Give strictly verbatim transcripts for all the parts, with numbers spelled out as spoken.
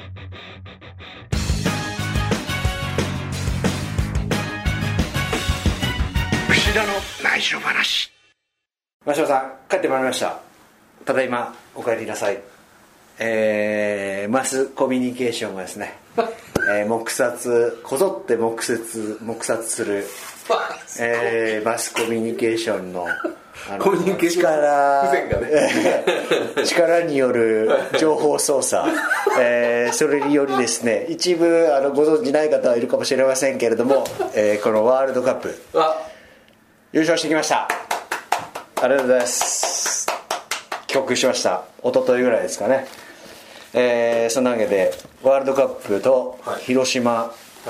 串田の内緒話。真島さん帰ってまいりました。ただいまお帰りなさい。えー、マスコミュニケーションがですね、えー、黙殺こぞって黙殺黙殺する、えー、マスコミュニケーションのあのコミュニケーション力、 不全がね力による情報操作、えー、それによりですね、一部あのご存じない方はいるかもしれませんけれども、えー、このワールドカップ優勝してきました。ありがとうございます。帰国しました。一昨日ぐらいですかね。えー、そんなわけでワールドカップと広島、はいはい、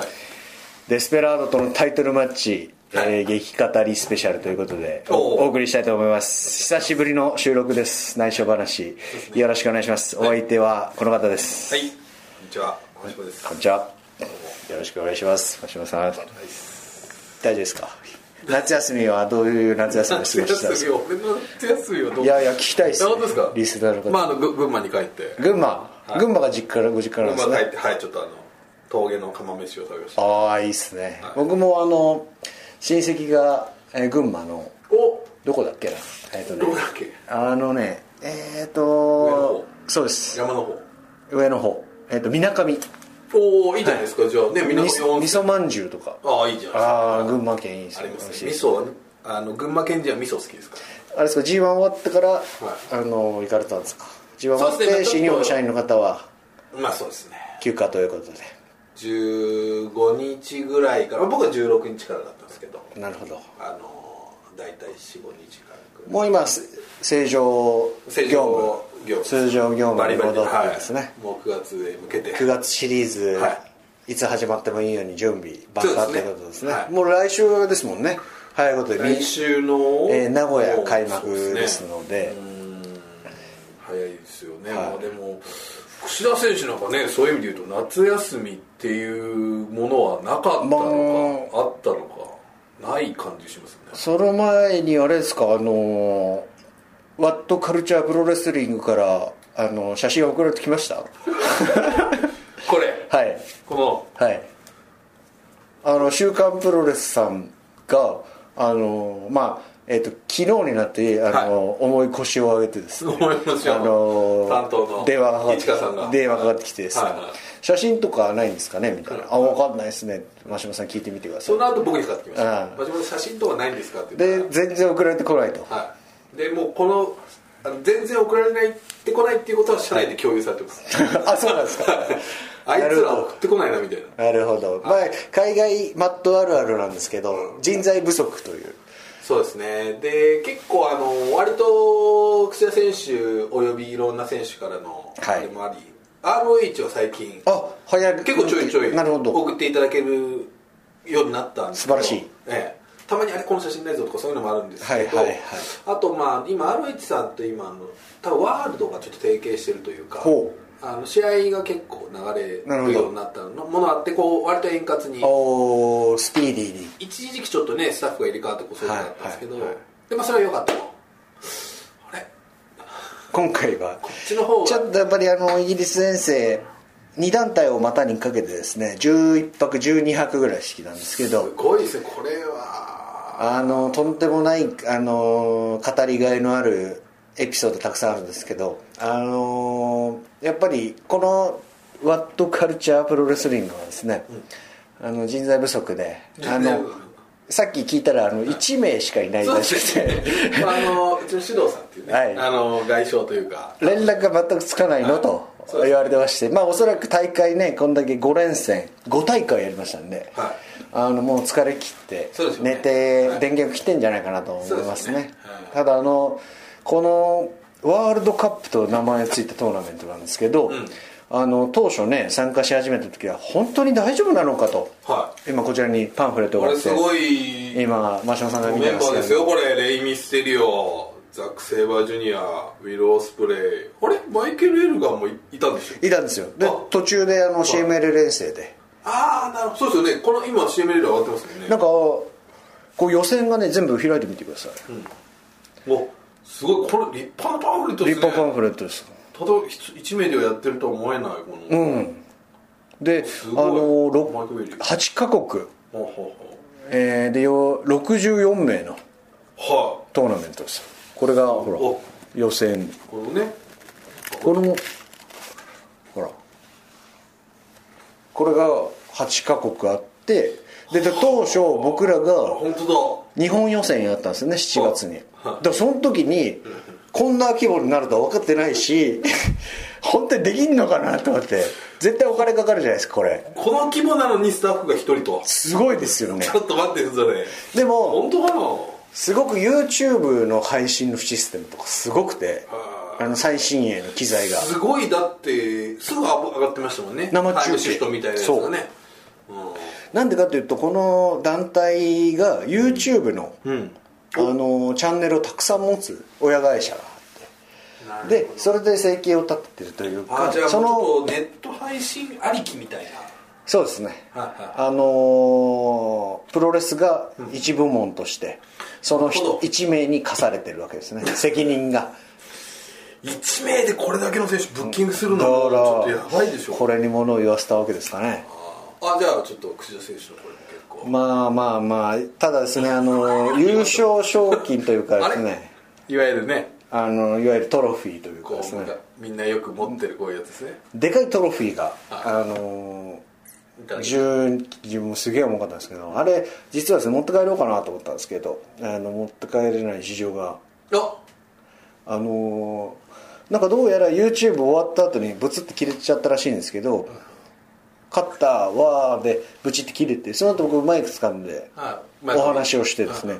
デスペラードとのタイトルマッチ、はい、えー、劇語りスペシャルということで お, お送りしたいと思います。久しぶりの収録です。内緒話、ね、よろしくお願いします。お相手はこの方です。 はい、こんにちは、真島です。 こんにちは、よろしくお願いします。真島さん、はい、大丈夫ですか？夏休みはどういう夏休みを過ごしたんですか？ 俺の夏休みはどう？ いやいや聞きたいですね。 本当ですか？ リスナーの方、 まあ、あの群馬に帰って群馬、はい、群馬が実家からご実家なんですね。 群馬帰って、はい、ちょっとあの峠の釜飯を食べました。 ああいいっすね、はい、僕もあの親戚が、えー、群馬のおどこだっけな、えーとね、 どこだっけ、 あのねえっ、ー、とそうです、 山の方、 上の方、えっ、ー、とみなかみ。 おおいいじゃないですか、はい、じゃあね、みなかみ味噌まんじゅうとか、 ああいいじゃないですか。 ああ群馬県いいですね。 ありますね、味噌はね、あの群馬県人は味噌好きですから。 あれですか、 ジーワン 終わってから、はい、あの行かれたんですか？ ジーワン 終わって新日本社員の方はまあそうですね、 休暇ということでじゅうごにちぐらいから、僕はじゅうろくにちからだったんですけど、 なるほど、 あの大体 よん、ごにちからもう今正常業務通常業務に戻ってですね、はい、 もうくがつへ向けてくがつシリーズ、はい、いつ始まってもいいように準備バッタってことですね、はい、もう来週ですもんね。早いことで来週の、 えー、名古屋開幕ですので、 うーん早いですよね、 はい、 まあ、でも串田選手なんかね、そういう意味で言うと夏休みっていうものはなかったのか、まあ、あったのかない感じしますね。 その前にあれですか、あのワットカルチャープロレスリングからあの写真送られてきましたこれ、 はい、 この、 はい、あの週刊プロレスさんがあのまあえー、と昨日になってあの、はい、重い腰を上げてですね、 あの担当の電話がかかって市川さんが電話かかってきてですね、はいはい、写真とかないんですかねみたいな、 はい、 あ分かんないですね、真島さん聞いてみてください。 その後僕にかかってきました、真島さん写真とかないんですかって言ったらで全然送られてこないと、 はい、でもうこのあの全然送られないってこないっていうことは社内で共有されてます、はい、 あそうなんですかあいつら送ってこないなみたいな。 なるほど、まあ、海外マットあるあるなんですけど、うん、人材不足という。 そうですね。で結構あの割と櫛田選手およびいろんな選手からのあれもあり、はい、アールオーエイチ は最近あ早結構ちょいちょいなるほど送っていただけるようになったんですけど、 素晴らしい、 ええ、たまにあれこの写真ないぞとかそういうのもあるんですけど、 はいはいはい、 あとまあ今 アールオーエイチ さんと今の多分ワールドがちょっと提携してるというか、 ほうあの試合が結構流れるようになったのものあって、こう割と円滑におスピーディーに一時期ちょっとねスタッフが入れ替わってこうそういうのだったんですけど、はいはいはい、でまあそれは良かったと。あれ今回はこっちの方がちょっとやっぱりあのイギリス遠征に団体を股にかけてですねじゅういっぱくじゅうにはくぐらい式なんですけど、 すごいですねこれは。 あのとんでもないあの語りがいのあるエピソードたくさんあるんですけど、あのー、やっぱりこのワットカルチャープロレスリングはですね、うん、あの人材不足で、あのさっき聞いたらあのいちめいしかいないらしくて、 ね、あのうちの指導さんっていうね、はい、あの外相というか連絡が全くつかないの、はい、と言われてまして、まあおそらく大会ねこんだけご連戦ご大会やりましたんで、はい、あのもう疲れ切って寝て、ね、電源切ってんじゃないかなと思いますね、はい、ただあのこのワールドカップと名前ついたトーナメントなんですけど、うん、あの当初ね参加し始めた時は本当に大丈夫なのかと、はい、今こちらにパンフレットがあって、 これすごい今真島さんが見てますけど、 メンバーですよこれ。レイ・ミステリオ、ザック・セイバージュニア、ウィル・オスプレイ、あれマイケル・エルガーも い, いたんでしょ。 いたんですよ。で途中であの シーエムエル 連戦で、 ああなるほど、そうですよね。この今 シーエムエル 上がってますよね。 なんかこう予選がね全部開いてみてください、 うん、おすごい、これ立派なパンフレットですね。 立派パンフレットです。 ただいち名ではやってるとは思えないこの、 うん、 であのはちカ国、えー、でろくじゅうよんめいのトーナメントです。これがほら予選、 これね、 これもほらこれがはちカ国あって、で当初僕らが日本予選やったんですよね、しちがつに。だからその時にこんな規模になるとは分かってないし本当にできんのかなと思って。絶対お金かかるじゃないですかこれ。 この規模なのにスタッフがひとりとすごいですよね。 ちょっと待ってそれ。 でも本当かな。 すごく YouTube の配信のシステムとかすごくて、あの最新鋭の機材がすごい。だってすぐ上がってましたもんね、 生中継シフトみたいなやつがね。 うん、なんでかというとこの団体が YouTube の、うん、あのチャンネルをたくさん持つ親会社があって、でそれで生計を立ててるというか、 あじゃあそのネット配信ありきみたいな。 そうですね、はいはい、あのプロレスが一部門として、うん、そのいちめいに課されてるわけですね責任が。 いちめいでこれだけの選手ブッキングするのはちょっとやばいでしょ。 これに物を言わせたわけですかね。 ああじゃあちょっと櫛田選手のこれも結構まあまあまあ、ただですね、あの優勝賞金というかですねいわゆるね、 あのいわゆるトロフィーというかですね、 みんなよく持ってるこういうやつですね。 でかいトロフィーがあのじゅうもすげえ重かったんですけど、あれ実はですね持って帰ろうかなと思ったんですけど、あの持って帰れない事情がああのなんかどうやら YouTube 終わった後にブツって切れちゃったらしいんですけど、カッターはでブチって切れて、その後僕マイク掴んでお話をしてですね、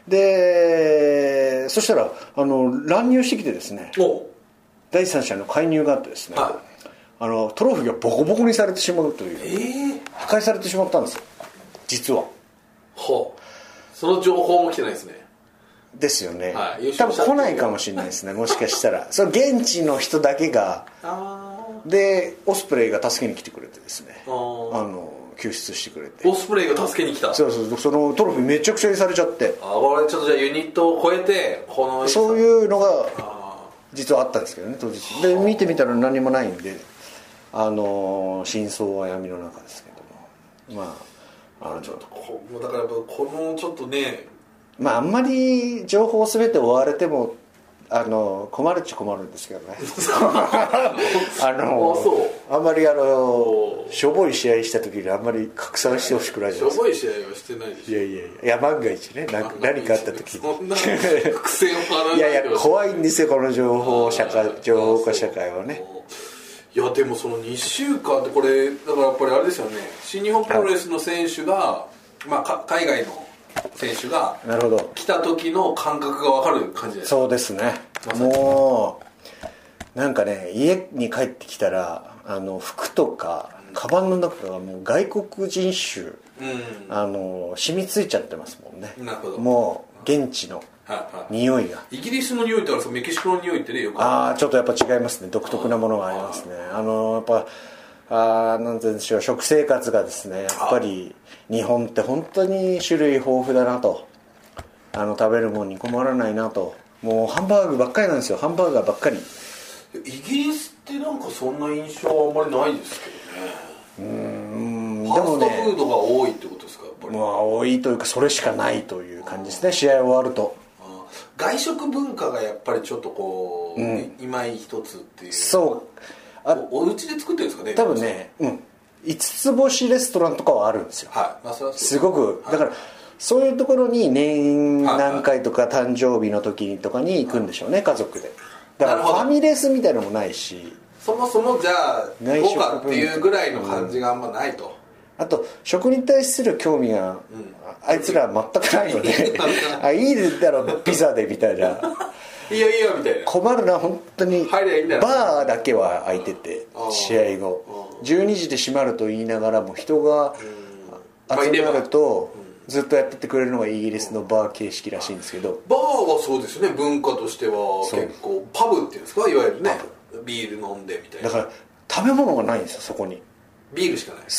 でそしたらあの乱入してきてですね、第三者の介入があってですね、あのトロフィーがボコボコにされてしまうという、えー、破壊されてしまったんですよ実は。 はあ、その情報も来てないですね。 ですよね、はい、多分来ないかもしれないですねもしかしたらその現地の人だけがでオスプレイが助けに来てくれてですね、あの救出してくれて、 オスプレイが助けに来た。 そうそう、そのトロフィーめちゃくちゃにされちゃって、 あこれちょっとじゃあユニットを超えてこのそういうのが実はあったんですけどね当日で、見てみたら何もないんで、あの真相は闇の中ですけども、まああのちょっとこだからこのちょっとね、 まああんまり情報全て追われてもあの困るっちゃ困るんですけどねあのあんまりあのしょぼい試合した時にあんまり拡散してほしくないじゃないですか。 しょぼい試合はしてないでしょ。 いやいやいや、いや万が一ね、なんか何かあった時にそんな伏線を張らないで。 いやいや怖いんですよこの情報社会、情報化社会はね。 いやでもそのにしゅうかんってこれだからやっぱりあれですよね、新日本プロレスの選手が、まあ、海外の選手が来た時の感覚が分かる感じです。 そうですね、ま、もうなんかね家に帰ってきたらあの服とかカバンの中がもう外国人種、うん、あの染みついちゃってますもんね。 なるほど。もう現地の匂いが、 イギリスの匂いってあるんですか、メキシコの匂いってねよくああちょっとやっぱ違いますね、独特なものがありますね。あのやっぱあなんて言うんでしょう、食生活がですねやっぱり日本って本当に種類豊富だなと、あの食べるものに困らないなと、もうハンバーグばっかりなんですよ、ハンバーガーばっかり。 イギリスってなんかそんな印象はあんまりないですけどね。うーん、ファーストフードが多いってことですかやっぱり。 まあ多いというかそれしかないという感じですね、試合終わると。 外食文化がやっぱりちょっとこう、うん、いまい一つっていう。 そうあ お, お家で作ってるんですかね多分ね、うん、いつつ星レストランとかはあるんですよ、 はい、まあ、そすごく、はい、だからそういうところに年何回とか誕生日の時とかに行くんでしょうね、はい、家族で。だからファミレスみたいなのもないし、 そもそもじゃあどうかっていうぐらいの感じがあんまないと、 うん、あと食に対する興味が、うん、あいつら全くないのであいいだろうピザでみたいないいよいいよみたいな。 困るな本当に。バーだけは開いてて試合後じゅうにじで閉まると言いながらも人が集まるとずっとやっててくれるのがイギリスのバー形式らしいんですけど、 バーはそうですね、文化としては結構パブっていうんですか、いわゆるねビール飲んでみたいな。 だから食べ物がないんですよそこに。 ビールしかない。 そ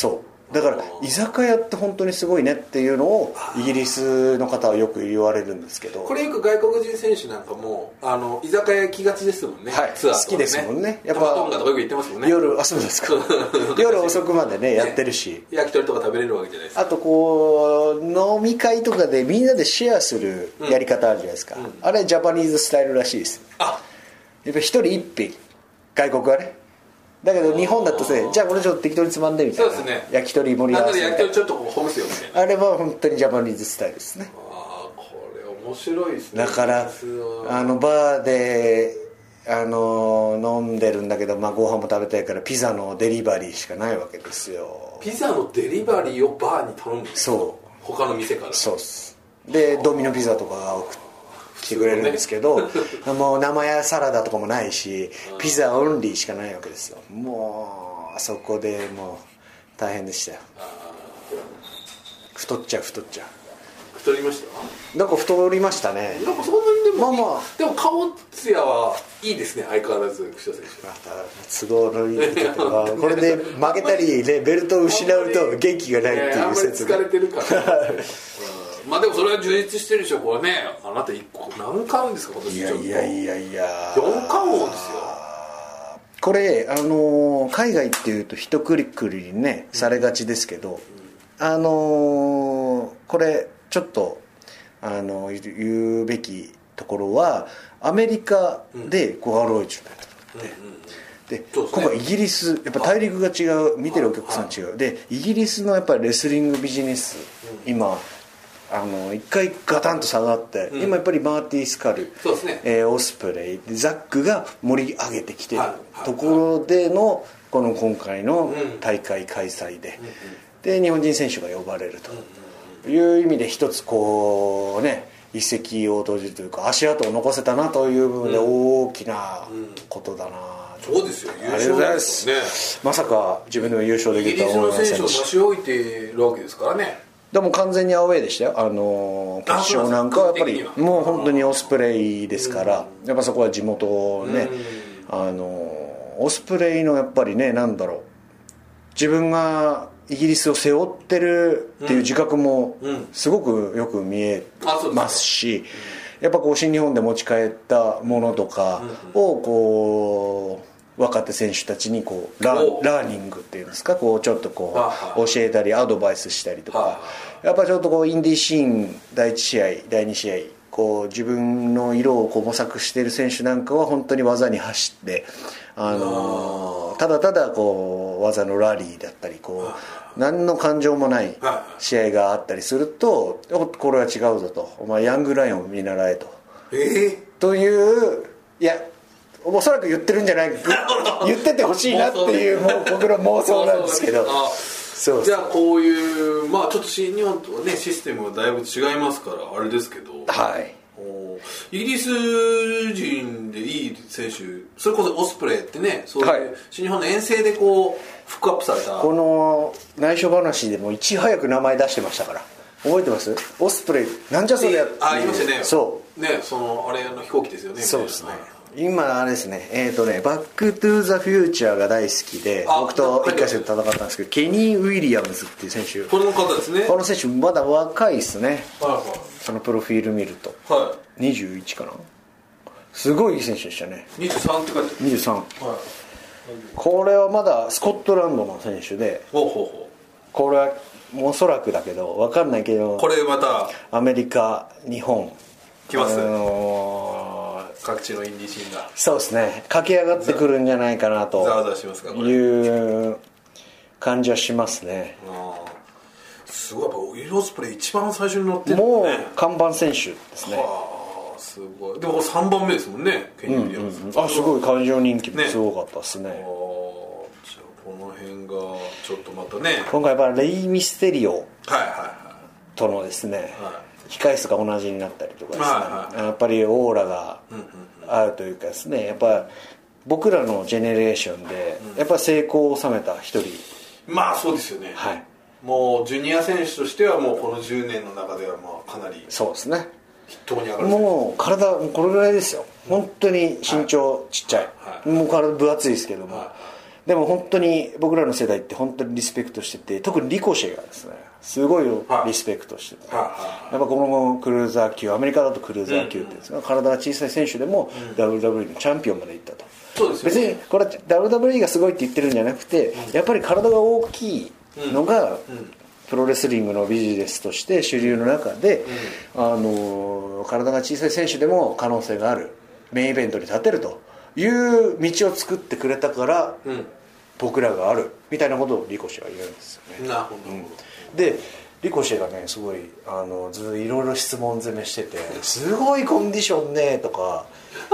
だから居酒屋って本当にすごいねっていうのをイギリスの方はよく言われるんですけど、 これよく外国人選手なんかもあの居酒屋行きがちですもんね、 はい、 ツアーとかね、 好きですもんね。 やっぱタマトンガとかよく行ってますもんね。 夜、あ、そうですか夜遅くまでねやってるし、 ね、焼き鳥とか食べれるわけじゃないですか。 あとこう飲み会とかでみんなでシェアするやり方あるじゃないですか、うん、あれジャパニーズスタイルらしいです。 あ、 やっぱ一人一品、外国はね。だけど日本だとね、じゃあこれちょっと適当につまんでみたいな、そうですね、焼き鳥盛り合わせみたいな、 焼き鳥ちょっとこうほぐすよみたいな、 あれは本当にジャパニーズスタイルですね。 ああ、これ面白いですね。 だからあのバーであの飲んでるんだけど、まあ、ご飯も食べたいからピザのデリバリーしかないわけですよ。 ピザのデリバリーをバーに頼むんですか？そう、他の店から。 そうっす。でドミノピザとかが送って来てくれるんですけど、ね、もう生やサラダとかもないしピザオンリーしかないわけですよ。もうそこでもう大変でしたよ。太っちゃう太っちゃう太りました？ なんか太りましたね。 なんかそんなにでも、 まあまあ、 でも顔つやはいいですね、相変わらず櫛田選手。 また都合のいいことがこれで負けたり、ね、ベルトを失うと元気がないっていう説が、あんまり疲れてるからまあでもそれは充実してるでしょ。これね、あなたいっこ何冠ですか今年。 いやいやいやいやよん冠王ですよ。 これあの海外っていうと一くりくりにね、うん、されがちですけど、うん、あのこれちょっとあの言うべきところはアメリカでゴールドエイジになったので、うんうんうん、で、ここはイギリス、やっぱ大陸が違う、見てるお客さん違う、でイギリスのやっぱりレスリングビジネス、うん、今あの一回ガタンと下がって、うん、今やっぱりマーティー・スカル、 そうですね、 えー、オスプレイ、ザックが盛り上げてきてるところでのこの今回の大会開催で、うんうん、で日本人選手が呼ばれるという意味で一つこうね一石を投じるというか足跡を残せたなという部分で大きなことだな、 うんうん、そうですよ、優勝ですね。ありがとうございます。 まさか自分でも優勝できるとは思いませんし、 イギリスの選手を差し置いているわけですからね。 でも完全にアウェーでしたよ。あの決勝なんかはやっぱりもう本当にオスプレイですから、やっぱそこは地元ね、あのオスプレイのやっぱりね、なんだろう、自分がイギリスを背負ってるっていう自覚もすごくよく見えますし、やっぱこう新日本で持ち帰ったものとかをこう若手選手たちにこう ラ, ラーニングっていうんですか、こうちょっとこう教えたりアドバイスしたりとか、やっぱちょっとこうインディーシーンだいいち試合だいに試合こう自分の色をこう模索している選手なんかは本当に技に走って、あのー、ただただこう技のラリーだったりこう何の感情もない試合があったりすると、これは違うぞと、お前ヤングライオンを見習えと、 えー、 という、いやおそらく言ってるんじゃない言っててほしいなっていうもう僕の妄想なんですけどそうじゃあこういうまあちょっと新日本とはねシステムがだいぶ違いますからあれですけど、 はい、 イギリス人でいい選手、それこそオスプレイってね、そういう新日本の遠征でこうフックアップされた、 この内緒話でもいち早く名前出してましたから、覚えてます？オスプレイなんじゃそれやって、 あ、言いましたね。 そうね、そのあれの飛行機ですよね。 そうですね。今あれですね、えっ、ー、とねバックトゥーザフューチャーが大好きで、僕といっかい戦で戦ったんですけど、ケニー・ウィリアムズっていう選手、 この方ですね。 この選手まだ若いですね、 はいはい、 そのプロフィール見ると、 はい、 にじゅういちかな、すごいいい選手でしたね。 にじゅうさんって書いてある。 にじゅうさん、 はい、 これはまだスコットランドの選手で、 ほうほうほう、 これはおそらくだけど分かんないけど、 これまたアメリカ日本来ます、 あのー、各地のインディーシーンがそうですね駆け上がってくるんじゃないかなとザワザワしますか、これいう感じはしますね。 あ、すごい、やっぱウィル・オスプレイ一番最初に乗ってるんだね。 もう看板選手ですね。 はあ、すごい。でもさんばんめですもんね、ケニー・ウィリアムズ、 うんうん、あ、すごい会場人気もすごかったですね。ね、 あ、じゃあこの辺がちょっとまたね、 今回やっぱレイ・ミステリオはいはいはいとのですね、 はい、 控室が同じになったりとかですね、 はいはい、 やっぱりオーラがあるというかですね、やっぱ僕らのジェネレーションでやっぱ成功を収めた一人、 まあそうですよね、 はい、 もうジュニア選手としてはもうこのじゅうねんの中ではまあかなりそうですね、 筆頭に上がる。 もう体これぐらいですよ、本当に身長ちっちゃい、 はい、 もう体分厚いですけども、 はでも本当に僕らの世代って本当にリスペクトしてて、特にリコシェがですねすごいリスペクトしてて、はい、やっぱこのクルーザー級、アメリカだとクルーザー級っていうんですか、うん、体が小さい選手でも ダブリューダブリュー のチャンピオンまでいったと。 そうですよね、 別にこれは ダブリューダブリュー がすごいって言ってるんじゃなくて、うん、やっぱり体が大きいのが、うんうんプロレスリングのビジネスとして主流の中で、うん、あの体が小さい選手でも可能性があるメインイベントに立てるという道を作ってくれたから、うん、僕らがあるみたいなことをリコシェは言うんですよね。 なるほど、うん、 でリコシェがねすごいあのずっといろいろ質問攻めしててすごいコンディションねとか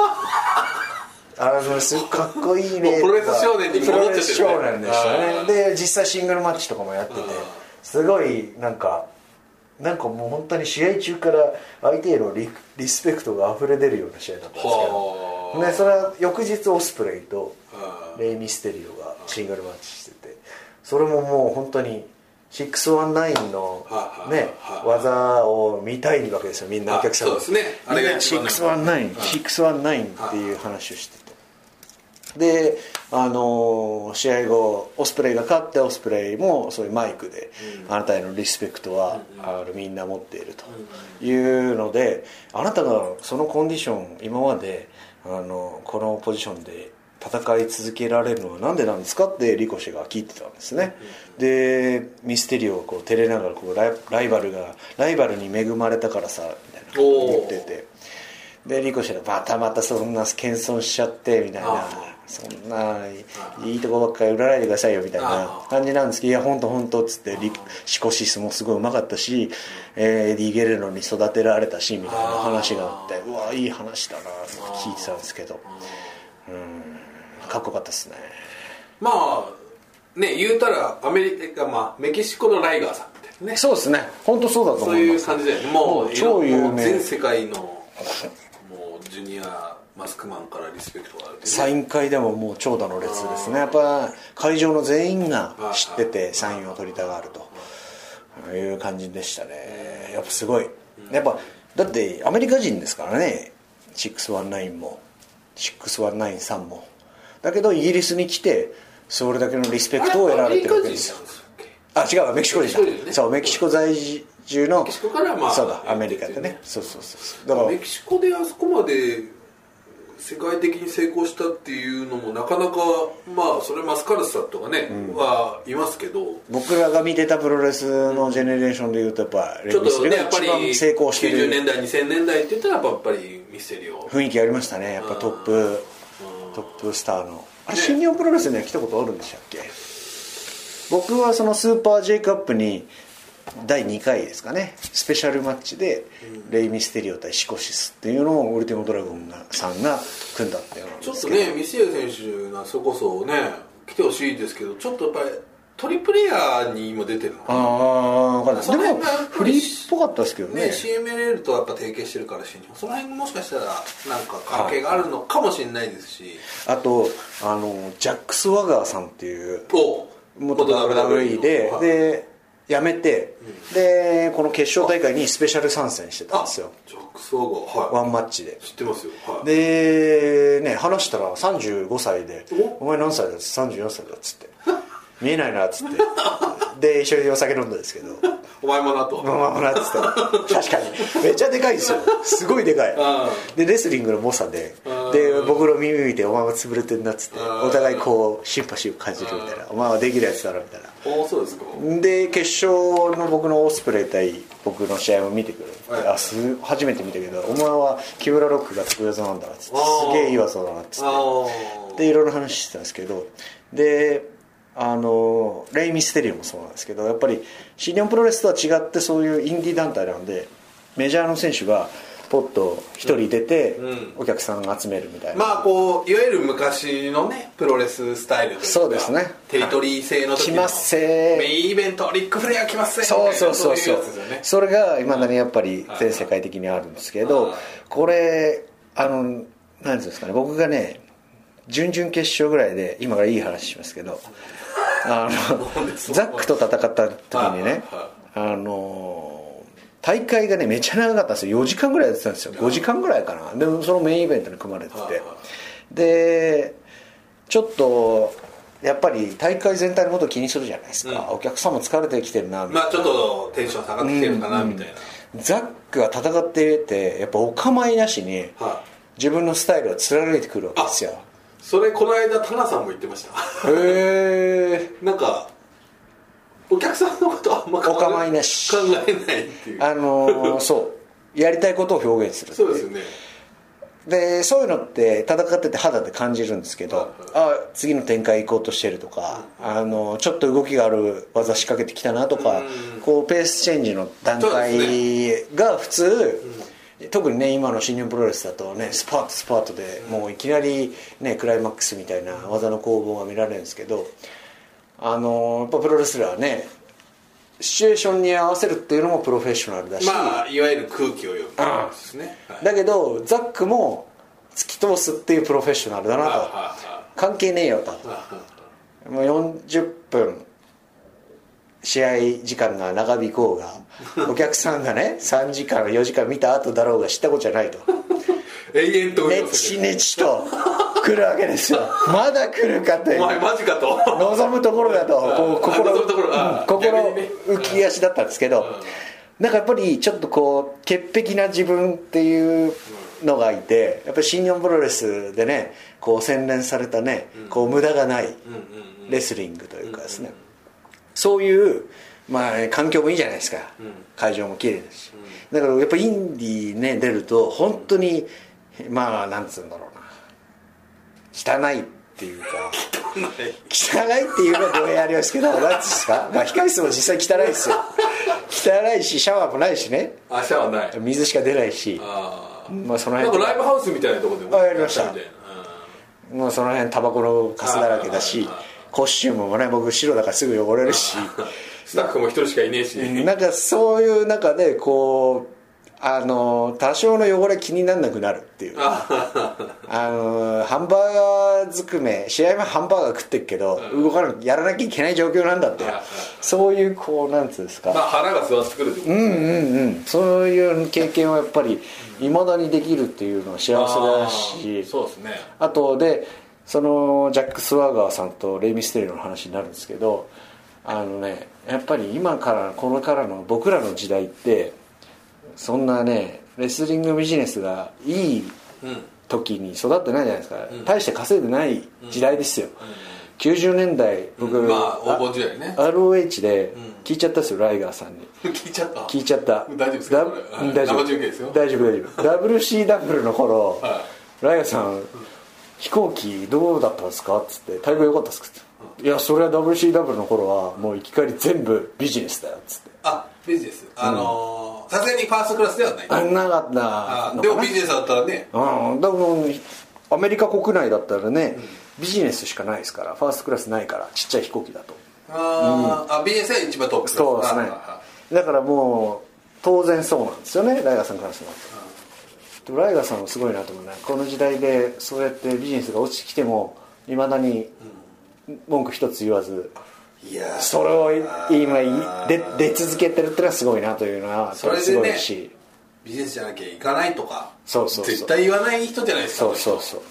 あのすごいかっこいいねとかプロレス少年に戻ってて、ね、 プロレス少年でしたね。で実際シングルマッチとかもやっててすごいなんかなんかもう本当に試合中から相手への リ, リスペクトが溢れ出るような試合だったんですけど、ね、それは翌日オスプレイとレイ・ミステリオがシングルマッチしてて、それももう本当にろくじゅうきゅうの、ね、技を見たいわけですよみんなお客さんが。 そうですね、あれが一番ろくじゅうきゅう、ろくじゅうきゅうっていう話をしてて、であのー、試合後オスプレイが勝ってオスプレイもそういうマイクで、うん、あなたへのリスペクトは、うん、あのみんな持っているというので、あなたがそのコンディション今まであのこのポジションで戦い続けられるのはなんでなんですかってリコシェが聞いてたんですね、うん、でミステリオをこう照れながらこうライ、ライバルがライバルに恵まれたからさみたいなことを言ってて、でリコシェがまたまたそんな謙遜しちゃってみたいな、そんないいとこばっかり売らないでくださいよみたいな感じなんですけど、いや本当本当っつってシコシスもすごいうまかったし、えー、エディ・ゲレロに育てられたしみたいな話があって、うわいい話だなと聞いてたんですけど、うんかっこよかったですね。 まあね言うたらアメリカ、まあ、メキシコのライガーさんみたいなね。 そうですね、本当そうだと思います。 そういう感じだよね。もう超有名、 全世界のもうジュニアマスクマンからリスペクトがある、ね、 サイン会でももう長蛇の列ですね。やっぱ会場の全員が知っててサインを取りたがるという感じでしたね。やっぱすごい、やっぱだってアメリカ人ですからね、ろくじゅうきゅうもろくじゅうきゅうさんもだけどイギリスに来てそれだけのリスペクトを得られてるわけですよ。あ違うメキシコ人だ、ね、そうメキシコ在住のメキシコから、まあ、そうだアメリカでね、そうそうそうだからメキシコであそこまで世界的に成功したっていうのもなかなか、まあそれマスカルスさんとかね、うん、はいますけど、 僕らが見てたプロレスのジェネレーションでいうとやっぱレイ・ミステリオが一番成功してる、 きゅうじゅうねんだいにせんねんだいって言ったらやっぱりミステリオ雰囲気ありましたね。やっぱトップトップスターのあれ、ね、新日本プロレスには来たことあるんでしたっけ。僕はそのスーパー J カップにだいにかいですかね、スペシャルマッチでレイ・ミステリオ対シコシスっていうのをウルティモドラゴンがさんが組んだっていうのなんですけど、 ちょっとねミステリオ選手がそこそね来てほしいですけど、ちょっとやっぱりトリプレイヤーに今出てるのかな。 ああ分かんない、でもフリーっぽかったですけどね。 ね シーエムエルエル とやっぱ提携してるから新日本、その辺もしかしたらなんか関係があるのかもしれないですし、 あとあのジャックス・ワガーさんっていう元 ダブリューダブリュー で、はい、で辞めて、うん、でこの決勝大会にスペシャル参戦してたんですよ。 ジャックス・ワガー、はい、 ワンマッチで知ってますよ、はい、 でね話したらさんじゅうごさいでお前何歳だっつってさんじゅうよんさいだっつって見えないなっつってで一緒にお酒飲んだんですけどお前もなとお前もなっつって確かにめっちゃでかいですよ、すごいでかいでレスリングの猛者でで僕の耳見てお前は潰れてんなっつってお互いこうシンパシーを感じるみたいな、お前はできるやつだろみたいな。 あそうですか。 で決勝の僕のオスプレイ対僕の試合を見てくる、はい、あす初めて見たけどお前は木村ロックがつく技なんだっつってすげえいい技だなっつってでいろいろ話してたんですけど、であのレイ・ミステリオもそうなんですけど、やっぱり新日本プロレスとは違ってそういうインディー団体なんでメジャーの選手がポッと一人出てお客さんが集めるみたいな、 まあこういわゆる昔のねプロレススタイルというか、 そうですね、 テリトリー制の時の来ますせメインイベントリックフレア来ますせそうそうそうそう、それがいまだにやっぱり全世界的にあるんですけど、これあの何ていうんですかね、僕がね準々決勝ぐらいで今からいい話しますけどあのザックと戦った時にね、あの大会がねめっちゃ長かったんですよ。よじかんぐらいやってたんですよ。ごじかんぐらいかな。でもそのメインイベントに組まれてて、でちょっとやっぱり大会全体のことを気にするじゃないですか、うん、お客さんも疲れてきてるなみたいな、 まあちょっとテンション下がってきてるかなみたいな、 うんうん、ザックが戦っててやっぱお構いなしに自分のスタイルを貫いてくるわけですよ。 それこの間タナさんも言ってました。 へえ。 なんかお客さんのことあんまお構いなし考えないっていう、 あのー、そうやりたいことを表現する。 そうですよね。 でそういうのって戦ってて肌で感じるんですけど、はいはい、あ次の展開行こうとしてるとか、うん、あのちょっと動きがある技仕掛けてきたなとか、うん、こうペースチェンジの段階が普通、うん、特にね今の新日本プロレスだとねスパートスパートでもういきなり、ね、クライマックスみたいな技の攻防が見られるんですけど、あのやっぱプロレスラーはねシチュエーションに合わせるっていうのもプロフェッショナルだし、 まあいわゆる空気を読むですね、 はい、だけどザックも突き通すっていうプロフェッショナルだなと、関係ねえよと、もうよんじゅっぷん試合時間が長引こうがお客さんがねさんじかんよじかん見た後だろうが知ったことじゃないと永遠とねちねちと来るわけですよ。まだ来るかという、 お前マジかと望むところだとこう心、うん、心浮き足だったんですけど、なんかやっぱりちょっとこう潔癖な自分っていうのがいて、やっぱり新日本プロレスでねこう洗練されたねこう無駄がないレスリングというかですね、そういうまあ環境もいいじゃないですか、会場も綺麗だし、だからやっぱインディーね出ると本当にまあなんつうんだろうな、汚いっていうか汚いっていうのは語弊ありますけど何ですか、まあ、控室も実際汚いですよ汚いしシャワーもないしね、 あシャワーない水しか出ないし、 あ、 まあ、その辺なんかライブハウスみたいなところでもやりました。もうその辺タバコのカスだらけだし、コスチュームもね僕白だからすぐ汚れるしスタッフも一人しかいねえし、 なんかそういう中でこうあの多少の汚れ気にならなくなるっていうあのハンバーガーずくめ試合前ハンバーガー食ってるけど動かなやらなきゃいけない状況なんだって、そういうこうなんつうんですか、 まあ腹が座ってくるってことですね。 うんうんうん、そういう経験はやっぱりいまだにできるっていうのは幸せだし、 あそうですね。 あとでそのジャック・スワガーさんとレイ・ミステリーの話になるんですけど、あのねやっぱり今からこれからの僕らの時代ってそんなねレスリングビジネスがいい時に育ってないじゃないですか、うん、大して稼いでない時代ですよ、うんうん、きゅうじゅうねんだい僕、 うん、まあ黄金時代ねアールオーエイチ で聞いちゃったんですよ、ライガーさんに聞いちゃった聞いちゃった大丈夫ですか、 大丈夫生中継ですよ、 大丈夫大丈夫ダブリューシーダブリュー の頃、はい、ライガーさん飛行機どうだったんですかっつって待遇良かったっすかって、うん、いやそれは ダブリューシーダブリュー の頃はもう行き帰り全部ビジネスだよっつって、 あビジネスあのさすがにファーストクラスではないあなかったでもビジネスだったらね、 うん、だからアメリカ国内だったらね、うん、ビジネスしかないですから、ファーストクラスないからちっちゃい飛行機だと、 あ、うん、あビジネスは一番トップそうですね、だからもう当然そうなんですよね、ライガーさんからすると、うん、ライガーさんはすごいなと思うね、この時代でそうやってビジネスが落ちてきてもいまだに文句一つ言わず、いやそれを今で出続けてるってのはすごいなというのはすごいし、ね、 ビジネスじゃなきゃいかないとかそうそうそう絶対言わない人じゃないですか。 そうそうそう、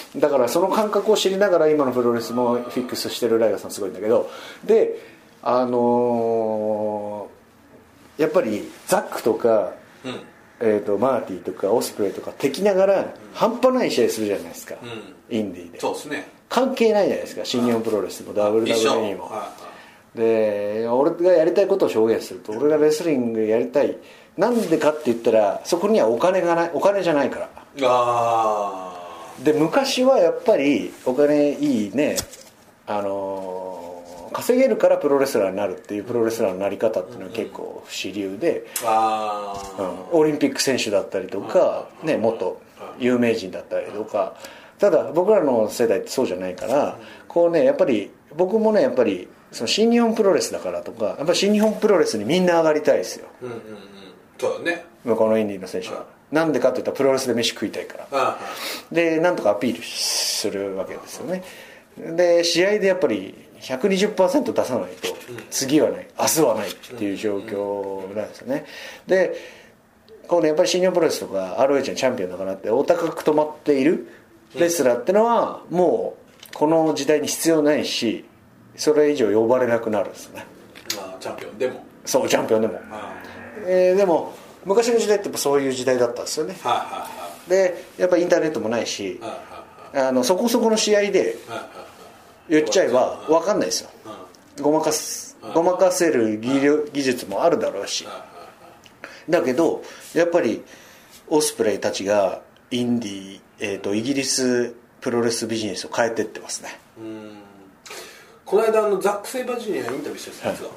ね、だからその感覚を知りながら今のプロレスもフィックスしてるライガーさんすごいんだけど、であのー、やっぱりザックとか、うんえー、とマーティとかオスプレイとか敵ながら半端ない試合するじゃないですか、うん、インディーで。 そうですね、 関係ないじゃないですか、新日本プロレスも ダブリューダブリューイー も、で俺がやりたいことを表現すると、俺がレスリングやりたい、なんでかって言ったらそこにはお金がない、お金じゃないから。 あで昔はやっぱりお金いいね、あのー、稼げるからプロレスラーになるっていうプロレスラーのなり方っていうのは結構主流で、 あ、 うん、オリンピック選手だったりとか、ね、元有名人だったりとか、ただ僕らの世代ってそうじゃないから、こうねやっぱり僕もねやっぱりその新日本プロレスだからとか、やっぱり新日本プロレスにみんな上がりたいですよ、 うんうんうん、そうだね、 向こうのインディーの選手は。なんでかっていったらプロレスで飯食いたいから、でなんとかアピールするわけですよね。で試合でやっぱり ひゃくにじゅっパーセント 出さないと次はない、明日はないっていう状況なんですよね。でこうねやっぱり新日本プロレスとか アールオーエイチ のチャンピオンだからってお高く止まっているレスラーってのはもうこの時代に必要ないし、それ以上呼ばれなくなるんですね。 まあチャンピオンでも、 そうチャンピオンでも、えー、でも昔の時代ってそういう時代だったんですよね。 はいはいはい、 でやっぱりインターネットもないし、 はいはいはい、あのそこそこの試合で言っちゃえば分かんないですよ、ごまかすごまかせる技術、技術もあるだろうし、だけどやっぱりオスプレイたちがインディ、えーと、イギリスプロレスビジネスを変えていってますね。 うん、この間あのザック・セイバージュニアインタビューしたやつが、はい、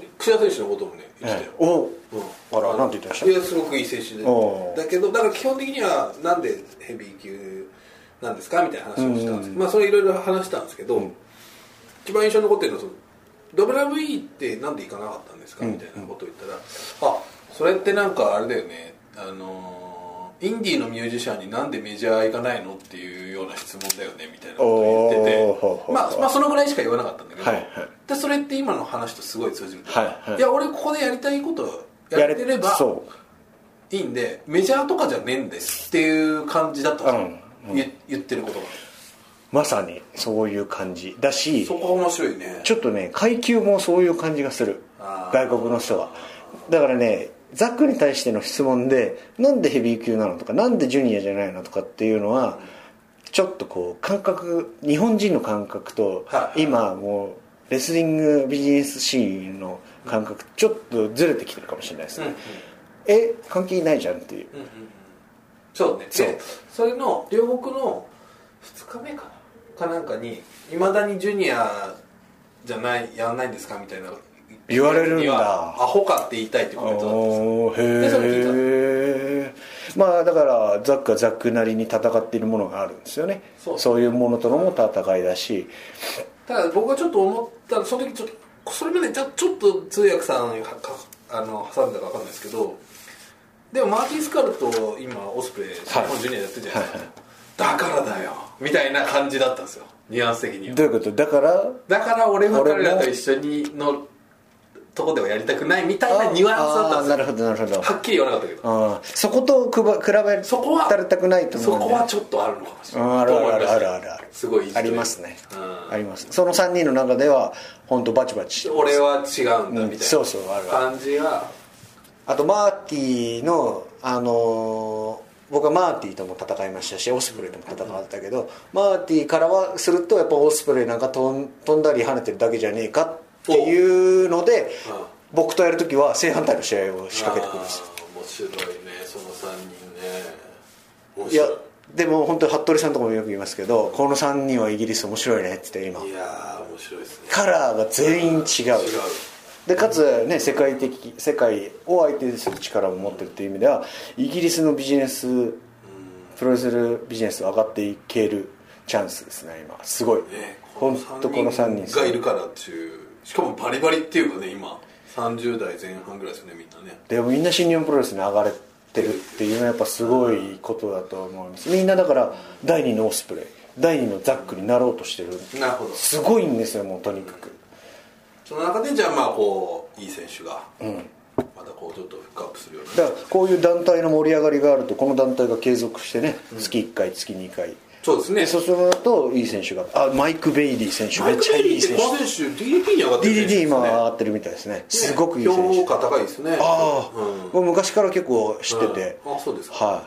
櫛田選手のこともね言ってたよ、はい、お、うん、あらなんて言ってました？いやすごくいい選手で、だけどだから基本的にはなんでヘビー級なんですかみたいな話をしたんですけど、うんうん、まあそれいろいろ話したんですけど、うん、一番印象に残ってるのはその ダブリューダブリューイー ってなんで行かなかったんですかみたいなことを言ったら、うんうん、あそれってなんかあれだよね、あのーインディーのミュージシャンになんでメジャー行かないのっていうような質問だよねみたいなことを言ってて、まあ、まあそのぐらいしか言わなかったんだけど、はいはい、でそれって今の話とすごい通じるというか、はいはい、いや俺ここでやりたいことをやってればいいんでメジャーとかじゃねえんですっていう感じだったんですよ、うんうん、言, 言ってることがまさにそういう感じだし、 そこが面白いね。 ちょっとね階級もそういう感じがする、外国の人は。だからねザックに対しての質問でなんでヘビー級なのとかなんでジュニアじゃないのとかっていうのはちょっとこう感覚、日本人の感覚と今もうレスリングビジネスシーンの感覚ちょっとずれてきてるかもしれないですね、うんうん、え関係ないじゃんっていう、うんうん、 そうね。そうでそれの両国のふつかめかなかなんかにいまだにジュニアじゃないやらないんですかみたいな言われるんだ。 アホかって言いたいってコメントだったんですよ。 でそれ聞いた。まあだからザックはザックなりに戦っているものがあるんですよね。そう、そういうものとのも戦いだし。 ただ僕がちょっと思ったその時ちょっとそれまでちょっと通訳さんあの挟んだか分かんないですけど、でもマーティン・スカルと今オスプレイ日本ジュニアやってるじゃないですか、はい、だからだよみたいな感じだったんですよ、ニュアンス的には。 どういうこと？だからだから俺は彼らと一緒にのとこではやりたくないみたいなニュアンスだったんですよ。 なるほどなるほど。 はっきり言わなかったけど、 あそこと比べそこはたらたくないと思うんで、 そこはちょっとあるのかもしれない。 あるあるあるあるあるすごいありますね、うん、あります。そのさんにんの中では本当バチバチしてます。 俺は違うんだみたいな、 そうそうある感じは。 あとマーティのあのー僕はマーティとも戦いましたしオスプレイとも戦ったけど、うん、マーティからはするとやっぱオスプレイなんか飛ん、飛んだり跳ねてるだけじゃねえかっていうので、僕とやるときは正反対の試合を仕掛けてくるんですよ。 面白いねそのさんにんね。 いやでも本当に服部さんとかもよく言いますけど、このさんにんはイギリス面白いねって言って今いや面白いですね。 カラーが全員違う、違うでかつね世界的世界を相手にする力も持ってるっていう意味ではイギリスのビジネスプロレスビジネス上がっていけるチャンスですね今すごい、ね、本当このさんにんがいるからっていう、しかもバリバリっていうかね今さんじゅう代前半ぐらいですよねみんなね。 でもみんな新日本プロレスに上がれてるっていうのはやっぱすごいことだと思います。みんなだからだいにのオスプレイだいにのザックになろうとしてる。 なるほど。 すごいんですよもうとにかく。 その中でじゃあまあこういい選手がまたこうちょっとフックアップするような、 だからこういう団体の盛り上がりがあるとこの団体が継続してね、うん、月いっかい月にかいそうですね。 そうするといい選手があマイク・ベイリー選手めっちゃいい選手。 この選手 ディーディーティー に上がってる選手ですね。 ディーディーティー 今上がってるみたいですね、ねすごくいい選手。 評価高いですね。 ああ、うん、昔から結構知ってて、 うん、あそうですか。 はい、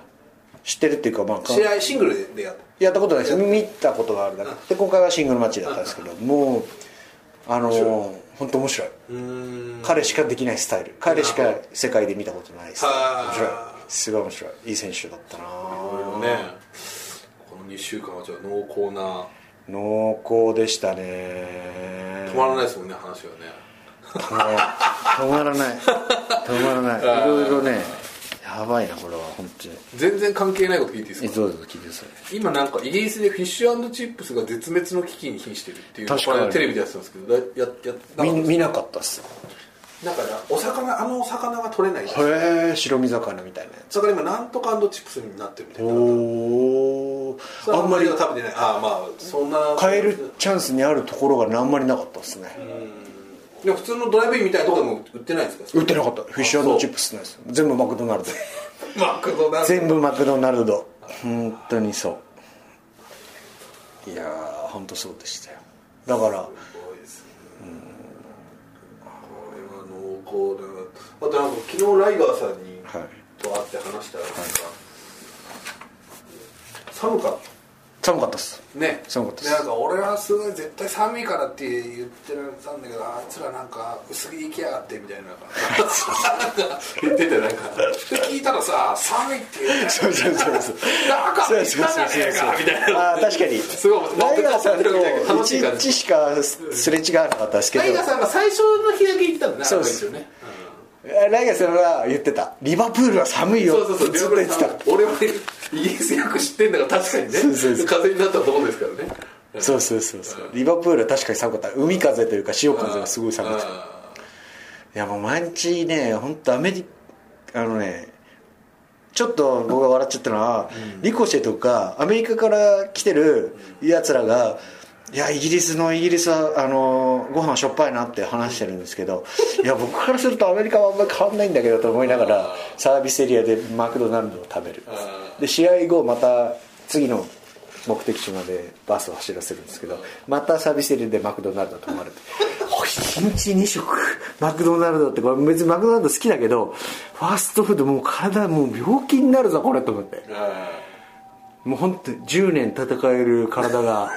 知ってるっていうか、まあ、 試合シングルでやったやったことないです見たことがあるだけ、うん、で今回はシングルマッチだったんですけど、うん、もうあのー、本当面白い。うーん彼しかできないスタイル、彼しか世界で見たことないスタイル。面白い、すごい面白い、いい選手だったな。いろいろねこのにしゅうかんはじゃあ濃厚な濃厚でしたね。 止まらないですもんね話はね。 止まら止まらない止まらないいろいろねやばいなこれは本当に。 全然関係ないこと聞いていいですか。 どうぞ聞いてください。 今なんかイギリスでフィッシュ&チップスが絶滅の危機に瀕してるっていうのをこれテレビでやってたんですけど、やや見, 見なかったっす。 だからお魚あのお魚が取れない。 へえ白身魚みたいなやつ。 だから今なんとか&チップスになってるみたいな。 おあんまり食べてない。ああまあそんな買えるチャンスにあるところがあんまりなかったですね。 うんでも普通のドライブインみたいなところでも売ってないですか。 売ってなかった。フィッシュ&チップスないです。全部マクドナルドマクドナルド全部マクドナルド本当にそう。 いやー本当そうでしたよ。だからすごいですね、うん、 これは濃厚だ。あとなんか昨日ライガーさんに、はい、と会って話したらなんか、はい、寒かった寒かったっすね。 寒かったっす。 でなんか俺はすごい絶対寒いからって言ってたんだけど、あいつらなんか薄着行きやがってみたいななんか言ってて、なんかで聞いたらさ寒いって言ってそうそうそうそうなんか言ったじゃねえかみたいな。 あ確かにすごいライガーさんといちにちしかすれ違わなかったですけど、 ライガーさんが最初の日だけ言ってたんだね。 そうですよね、ライガーさんは言ってた、リバプールは寒いよってずっと言ってた。 俺はイギリスよく知ってんだから確かにね、そうそうそう風邪になったところですからね。 そうそうそうそう、リバプールは確かに寒かった。海風というか潮風がすごい寒くて、いやもう毎日ね本当アメリカあのねちょっと僕が笑っちゃったのは、うん、リコシェとかアメリカから来てるやつらが、いやイギリスのイギリスはあのご飯しょっぱいなって話してるんですけど、いや僕からするとアメリカはあんまり変わんないんだけどと思いながらサービスエリアでマクドナルドを食べる。で試合後また次の目的地までバスを走らせるんですけど、またサービスエリアでマクドナルド泊まる。いちにちに食マクドナルドって、これ別にマクドナルド好きだけどファーストフードもう体もう病気になるぞこれと思って、もう本当にじゅうねん戦える体が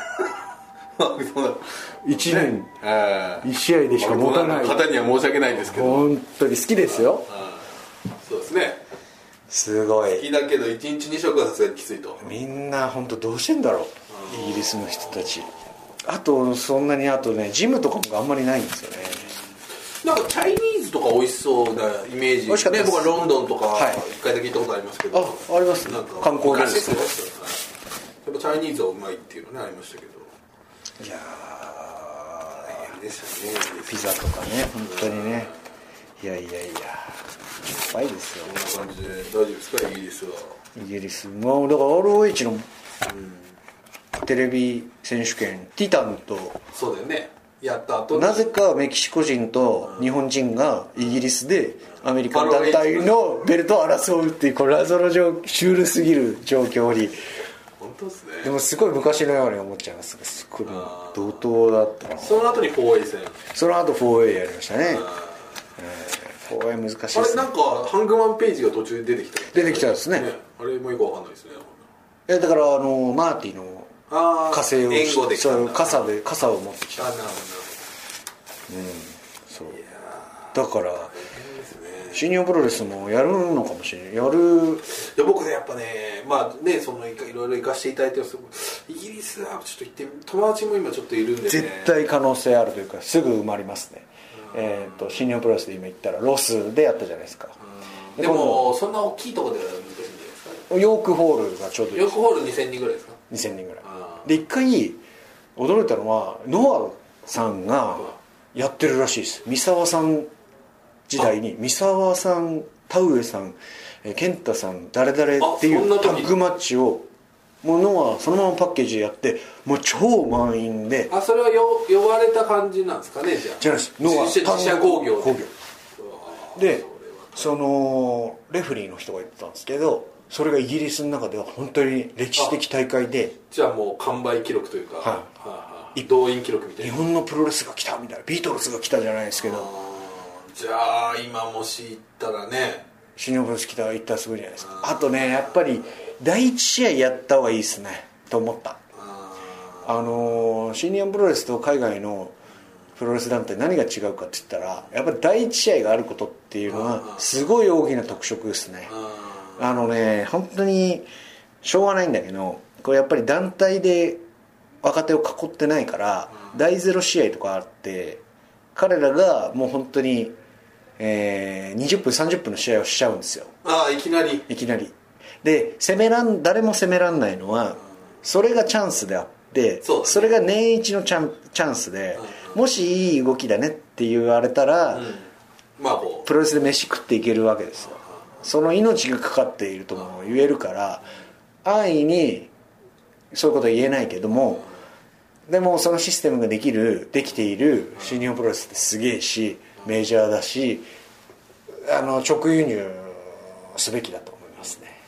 いちねんいち試合でしか持たない方には申し訳ないですけど本当に好きですよ。 そうですね、 すごい好きだけどいちにちに食はさすがにきついと。 みんな本当どうしてんだろうイギリスの人たち。あとそんなにあとねジムとかもあんまりないんですよね。 なんかチャイニーズとか美味しそうなイメージ。美味しかったですね。僕はロンドンとか一回だけ行ったことありますけど、 はい、ああります、なんか観光でですね。 やっぱチャイニーズはうまいっていうのねありましたけど、 いやーですよね。 ピザとかね本当にね、いやいやいややばいですよ。 こんな感じで大丈夫ですかイギリスは。 イギリスまあだから アールオーエイチ の、うんテレビ選手権ティタンとそうだよねやった後なぜかメキシコ人と日本人がイギリスでアメリカ団体のベルトを争うっていうこれ謎のシュールすぎる状況に本当ですね。 でもすごい昔のように思っちゃいますがすごい怒涛だったな。 その後に フォーエー 戦その後 フォーエー やりましたね。フォーエー 難しいですね。 あれなんかハングマンページが途中で出てきた出てきたんですね。 あれもよくわかんないですね。 いやだからあのマーティの火星を援護でそう傘で傘を持ってきた。 あなるほど、 うん、そうだから、ね、新日本プロレスもやるのかもしれないやる。 いや僕ねやっぱねまあねそのいろいろ行かせていただいてますイギリスはちょっと行って友達も今ちょっといるんで、ね、 絶対可能性あるというかすぐ埋まりますね。えー、と新日本プロレスで今行ったらロスでやったじゃないですか。 で, でもそんな大きいところでは難しいんじゃないですか。 ヨークホールがちょうどいい。 ヨークホールにせんにんぐらいですか。 にせんにんぐらいで一回驚いたのはノアさんがやってるらしいです。三沢さん時代に三沢さん田上さん健太さん誰々っていうタッグマッチをもうノアそのままパッケージでやってもう超満員で。 あそれはよ呼ばれた感じなんですかね。じゃあじゃないですノア自社工業工業でそのレフェリーの人が言ってたんですけどそれがイギリスの中では本当に歴史的大会でじゃあもう完売記録というか、はいはあ、動員記録みたいな日本のプロレスが来たみたいなビートルズが来たじゃないですけどじゃあ今もし行ったらね新日本プロレス来たら行ったらすごいじゃないですか。 あ, あとねやっぱりだいいち試合やった方がいいですねと思った。あのー、新日本プロレスと海外のプロレス団体何が違うかって言ったらやっぱりだいいち試合があることっていうのはすごい大きな特色ですね。あのね本当にしょうがないんだけどこれやっぱり団体で若手を囲ってないから大ゼロ試合とかあって彼らがもう本当に、えー、にじゅっぷんさんじゅっぷんの試合をしちゃうんですよ。 ああいきなりいきなりで攻めらん誰も攻めらんないのはそれがチャンスであってそ,、ね、それが年一のチャン、チャンスでもしいい動きだねって言われたら、うんまあ、プロレスで飯食っていけるわけですよ。その命がかかっているとも言えるから安易にそういうことは言えないけどもでもそのシステムができるできている新日本プロレスってすげえしメジャーだしあの直輸入すべきだと思いますね。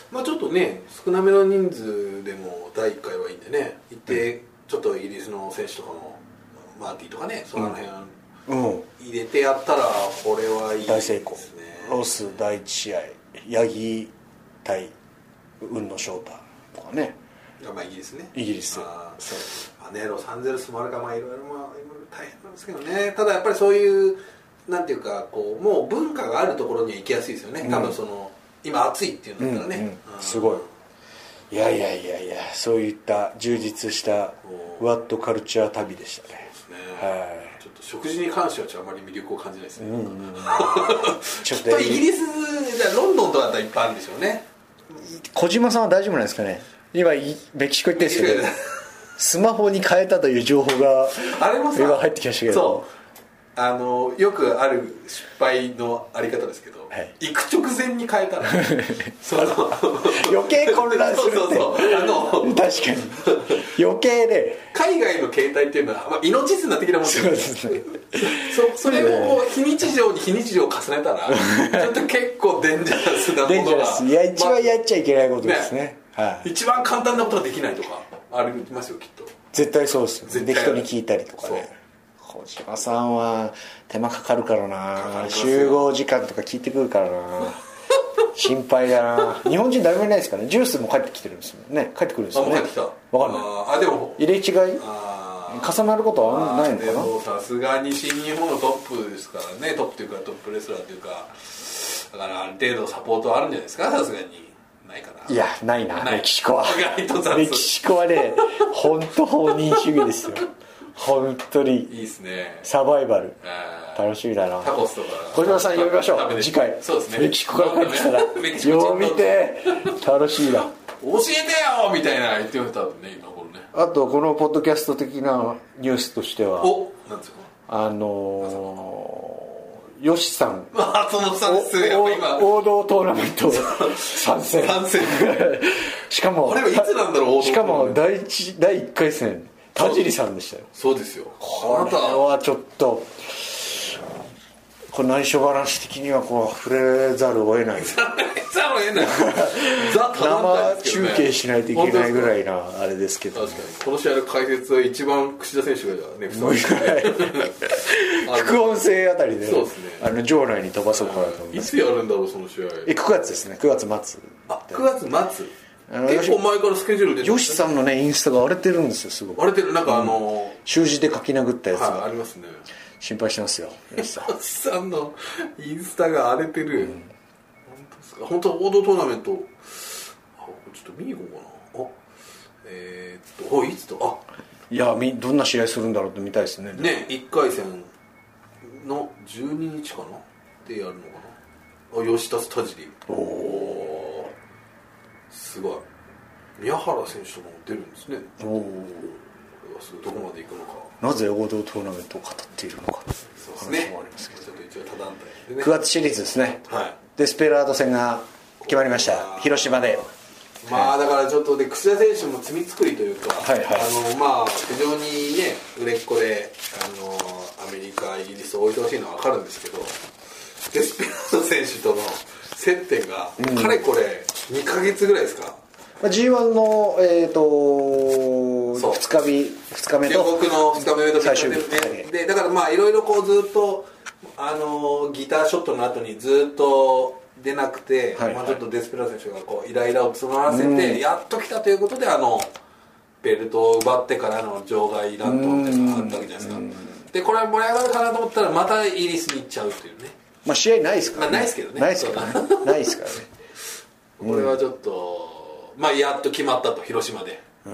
まあちょっとね少なめの人数でもだいいっかいはいいんでね行って、うん、ちょっとイギリスの選手とかのマーティーとかねその辺、うん、入れてやったらこれはいいですね。 大成功。ロスだいいち試合八木対雲野翔太とかね。 まあイギリスね。 イギリス。 あそうまあねロサンゼルスもあるかまあいろいろまあ大変なんですけどね。ただやっぱりそういうなんていうかこうもう文化があるところには行きやすいですよね。多分その、うん、今暑いっていうんだったらね。 うんうん、すごい。いやいやいやいやそういった充実したワットカルチャー旅でしたね。 そうですね。はい。ちょっと食事に関してはちょっとあまり魅力を感じないですね。うんうん、ちょっとイギリスじゃロンドンとかだったらいっぱいあるんでしょうね。 小島さんは大丈夫なんですかね。今メキシコ行ってるんですけどスマホに変えたという情報が今入ってきましたけど。 そうあのよくある失敗のあり方ですけど、はい、行く直前に変えたらその余計混乱するってそうそうそうあの確かに余計で海外の携帯っていうのは、まあ、命綱的なもんですよね。そうですねそ, それを非日常に非日常を重ねたらちょっと結構デンジャラスなものがデンジャラスいや一番やっちゃいけないことですね、 ねはい、一番簡単なことができないとかありますよきっと。 絶対そうですよ。で人に聞いたりとかね。小島さんは手間かかるからな集合時間とか聞いてくるからな心配だな。日本人誰もいないですからね。ジュースも帰ってきてるんですよね。帰ってくるんですよね。 あもう帰ってきた。 分かんないあでも入れ違い重なることはないのかな。でもさすがに新日本のトップですからね。トップというかトップレスラーというかだからある程度サポートはあるんじゃないですか。さすがにないかな。 いやないなメキシコはメキシコはね本当放任主義ですよ本当にいいですね。 サバイバル楽しみだな。 タコスとか小島さん呼びましょう次回。 そうですねメキシコから帰ってきたらよう見て楽しみだ教えてよみたいな言ってくれたんね今頃ね。 あとこのポッドキャスト的なニュースとしてはおなんですかあのー、ヨシさんあそのさんですやっぱ今王道トーナメント参戦参戦しかもあれはいつなんだろう。 しかも第一だいいっかい戦田尻さんでしたよ。 そうですよ。 これはちょっとこれ内緒話的にはこう触れざるを得ない触れざるを得ない生中継しないといけないぐらいなあれですけど、 確かにこの試合の解説は一番櫛田選手がねふさわしい副音声あたりでそうですねあの場内に飛ばそうかなと思います。 いつやるんだろうその試合。 えくがつですね。くがつ末。 あくがつ末結構前からスケジュール出てヨシさんのねインスタが荒れてるんですよ。すごく荒れてる。なんかあの習字で書き殴ったやつが、 はい、ありますね。 心配してますよヨシさんヨシさんのインスタが荒れてる、うん、本当ですか。本当王道トーナメントあちょっと見に行こうかな。あえー、っとおいつとあいやどんな試合するんだろうって見たいですね。 ねいっかい戦のじゅうににちかなでやるのかな。あ吉田田尻おおすごい。宮原選手とも出るんですね。おおどこまで行くのか。 なぜ王道トーナメントを語っているのかという話もありますけど、ちょっと一応他団体でねくがつシリーズですね、はい、デスペラード戦が決まりました広島で。 まあだからちょっとで櫛田選手も罪作りというか、 はいはい、 あのまあ非常にね売れっ子であのアメリカイギリスを置いてほしいのは分かるんですけどデスペラード選手との接点がかれこれにかげつぐらいですか。 ジーワン の、えー、とふつかめふつかめと僕のふつかめと最終日でだからまあいろいろこうずっとあのギターショットの後にずっと出なくて、はいはいまあ、ちょっとデスペラード選手がこうイライラを募らせてやっと来たということであのベルトを奪ってからの場外乱闘っていうのがあったわけじゃないですか。でこれは盛り上がるかなと思ったらまたイギリスに行っちゃうっていうね。 まあ試合ないですからね。 まあ、ないですけどね。 ないですからね。ないですからね。 これはちょっとまあやっと決まったと広島で、うん、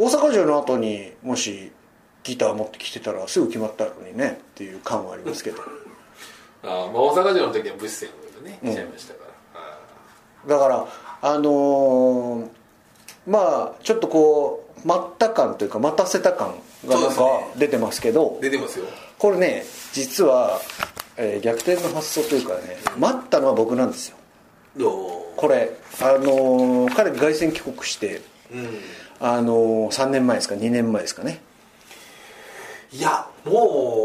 大阪城の後にもしギター持ってきてたらすぐ決まったのにねっていう感はありますけどあ、まあ、大阪城の時は物戦でね来ちゃいましたから、 うん、だからあのー、まあちょっとこう待った感というか待たせた感がなんか出てますけど、 ね、出てますよこれね実は、えー、逆転の発想というかね待ったのは僕なんですよ。これあのー、彼が凱旋帰国して、うん、あのー、さんねんまえですかにねんまえですかね。 いやもう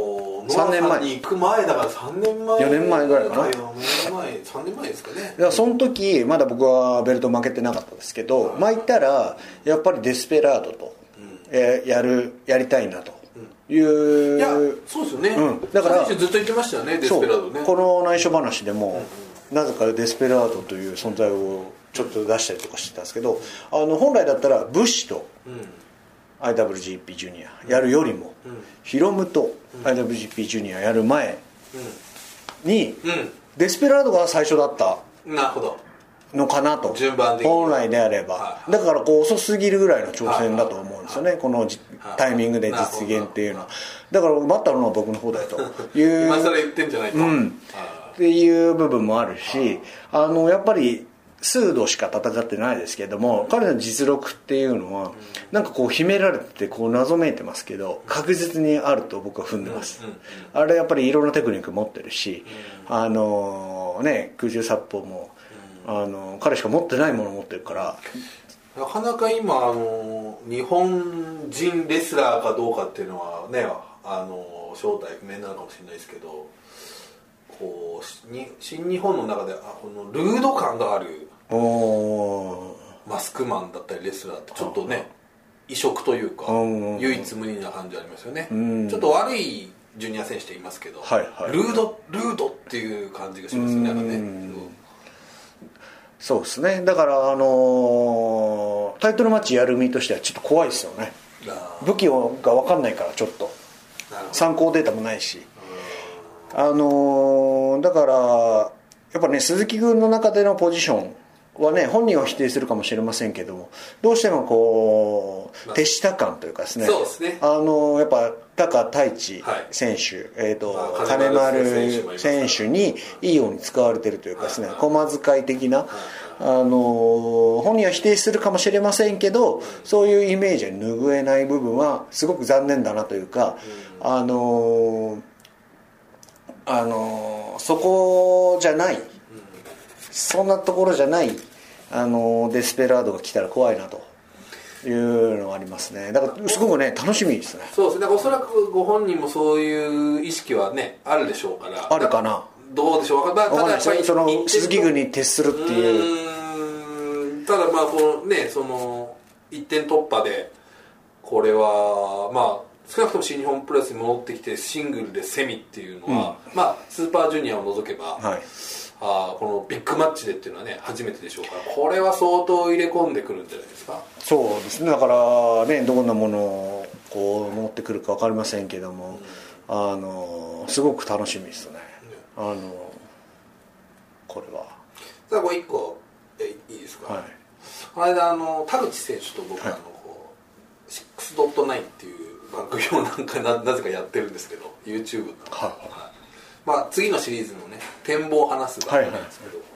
ノアさんに行く前だからさんねんまえよねんまえぐらいかな、 よねんまえさんねんまえですかね。 だからその時まだ僕はベルト負けてなかったですけど、うん、まあ言ったらやっぱりデスペラードと、うんえー、やるやりたいなという、うん、 いやそうですよね、うん、だからずっと言ってましたよねデスペラードね。 この内緒話でも、うん、なぜかデスペラードという存在をちょっと出したりとかしてたんですけど、あの本来だったらブッシュと、うんアイダブリュージーピー ジュニアやるよりも、うん、ヒロムと アイダブリュージーピー ジュニアやる前に、うんうん、デスペラードが最初だったのかなと順番的に本来であれば、はい、だからこう遅すぎるぐらいの挑戦だと思うんですよね、はい、このタイミングで実現っていうのは。だから待ったのは僕の方だよという今更言ってんじゃないか、うん、 っていう部分もあるし、あのやっぱり数度しか戦ってないですけども、彼の実力っていうのはなんかこう秘められててこう謎めいてますけど確実にあると僕は踏んでます。あれやっぱりいろんなテクニック持ってるし、あのね空中殺法もあの彼しか持ってないものを持ってるから、 なかなか今あの日本人レスラーかどうかっていうのはね、あの正体不明なのかもしれないですけど、こうに新日本の中であこのルード感があるマスクマンだったりレスラーってちょっとね異色というか唯一無二な感じありますよね。ちょっと悪いジュニア選手って言いますけど、はいはい、ルードルードっていう感じがしますよね。なんかね、うん、 そうですね。だからあのー、タイトルマッチやる身としてはちょっと怖いですよね。武器が分かんないからちょっと参考データもないし、あのー、だからやっぱね鈴木軍の中でのポジションはね本人は否定するかもしれませんけども、どうしてもこう手下感というかですね、 そうですね、 あのやっぱ高太一選手、はい、えーとまあ、金丸選手にいいように使われているというかですね、駒遣い的な、あの本人は否定するかもしれませんけど、そういうイメージは拭えない部分はすごく残念だなというか、あのあのそこじゃない、そんなところじゃないあのデスペラードが来たら怖いなというのがありますね。だからすごくね楽しみですね。 そうですね。だからおそらくご本人もそういう意識はねあるでしょうから。 あるかな。 どうでしょうか。まあ、ただやっぱりその鈴木軍に徹するっていう。 うただまあこのねその一点突破でこれはまあ少なくとも新日本プロレスに戻ってきてシングルでセミっていうのは、うん、まあスーパージュニアを除けば。はい、あこのビッグマッチでっていうのはね初めてでしょうから、これは相当入れ込んでくるんじゃないですか。 そうですね。だからねどんなものをこう持ってくるか分かりませんけども、うん、あのすごく楽しみですね、うん、あのこれは。 さあこれいっこえいいですか。はい、この間あの田口選手と僕、はい、あのこう シックスドットナイン っていう番組をなんか な, なぜかやってるんですけど YouTube の、はいはい、まあ、次のシリーズのね展望を話す番組なんですけど、はいはい、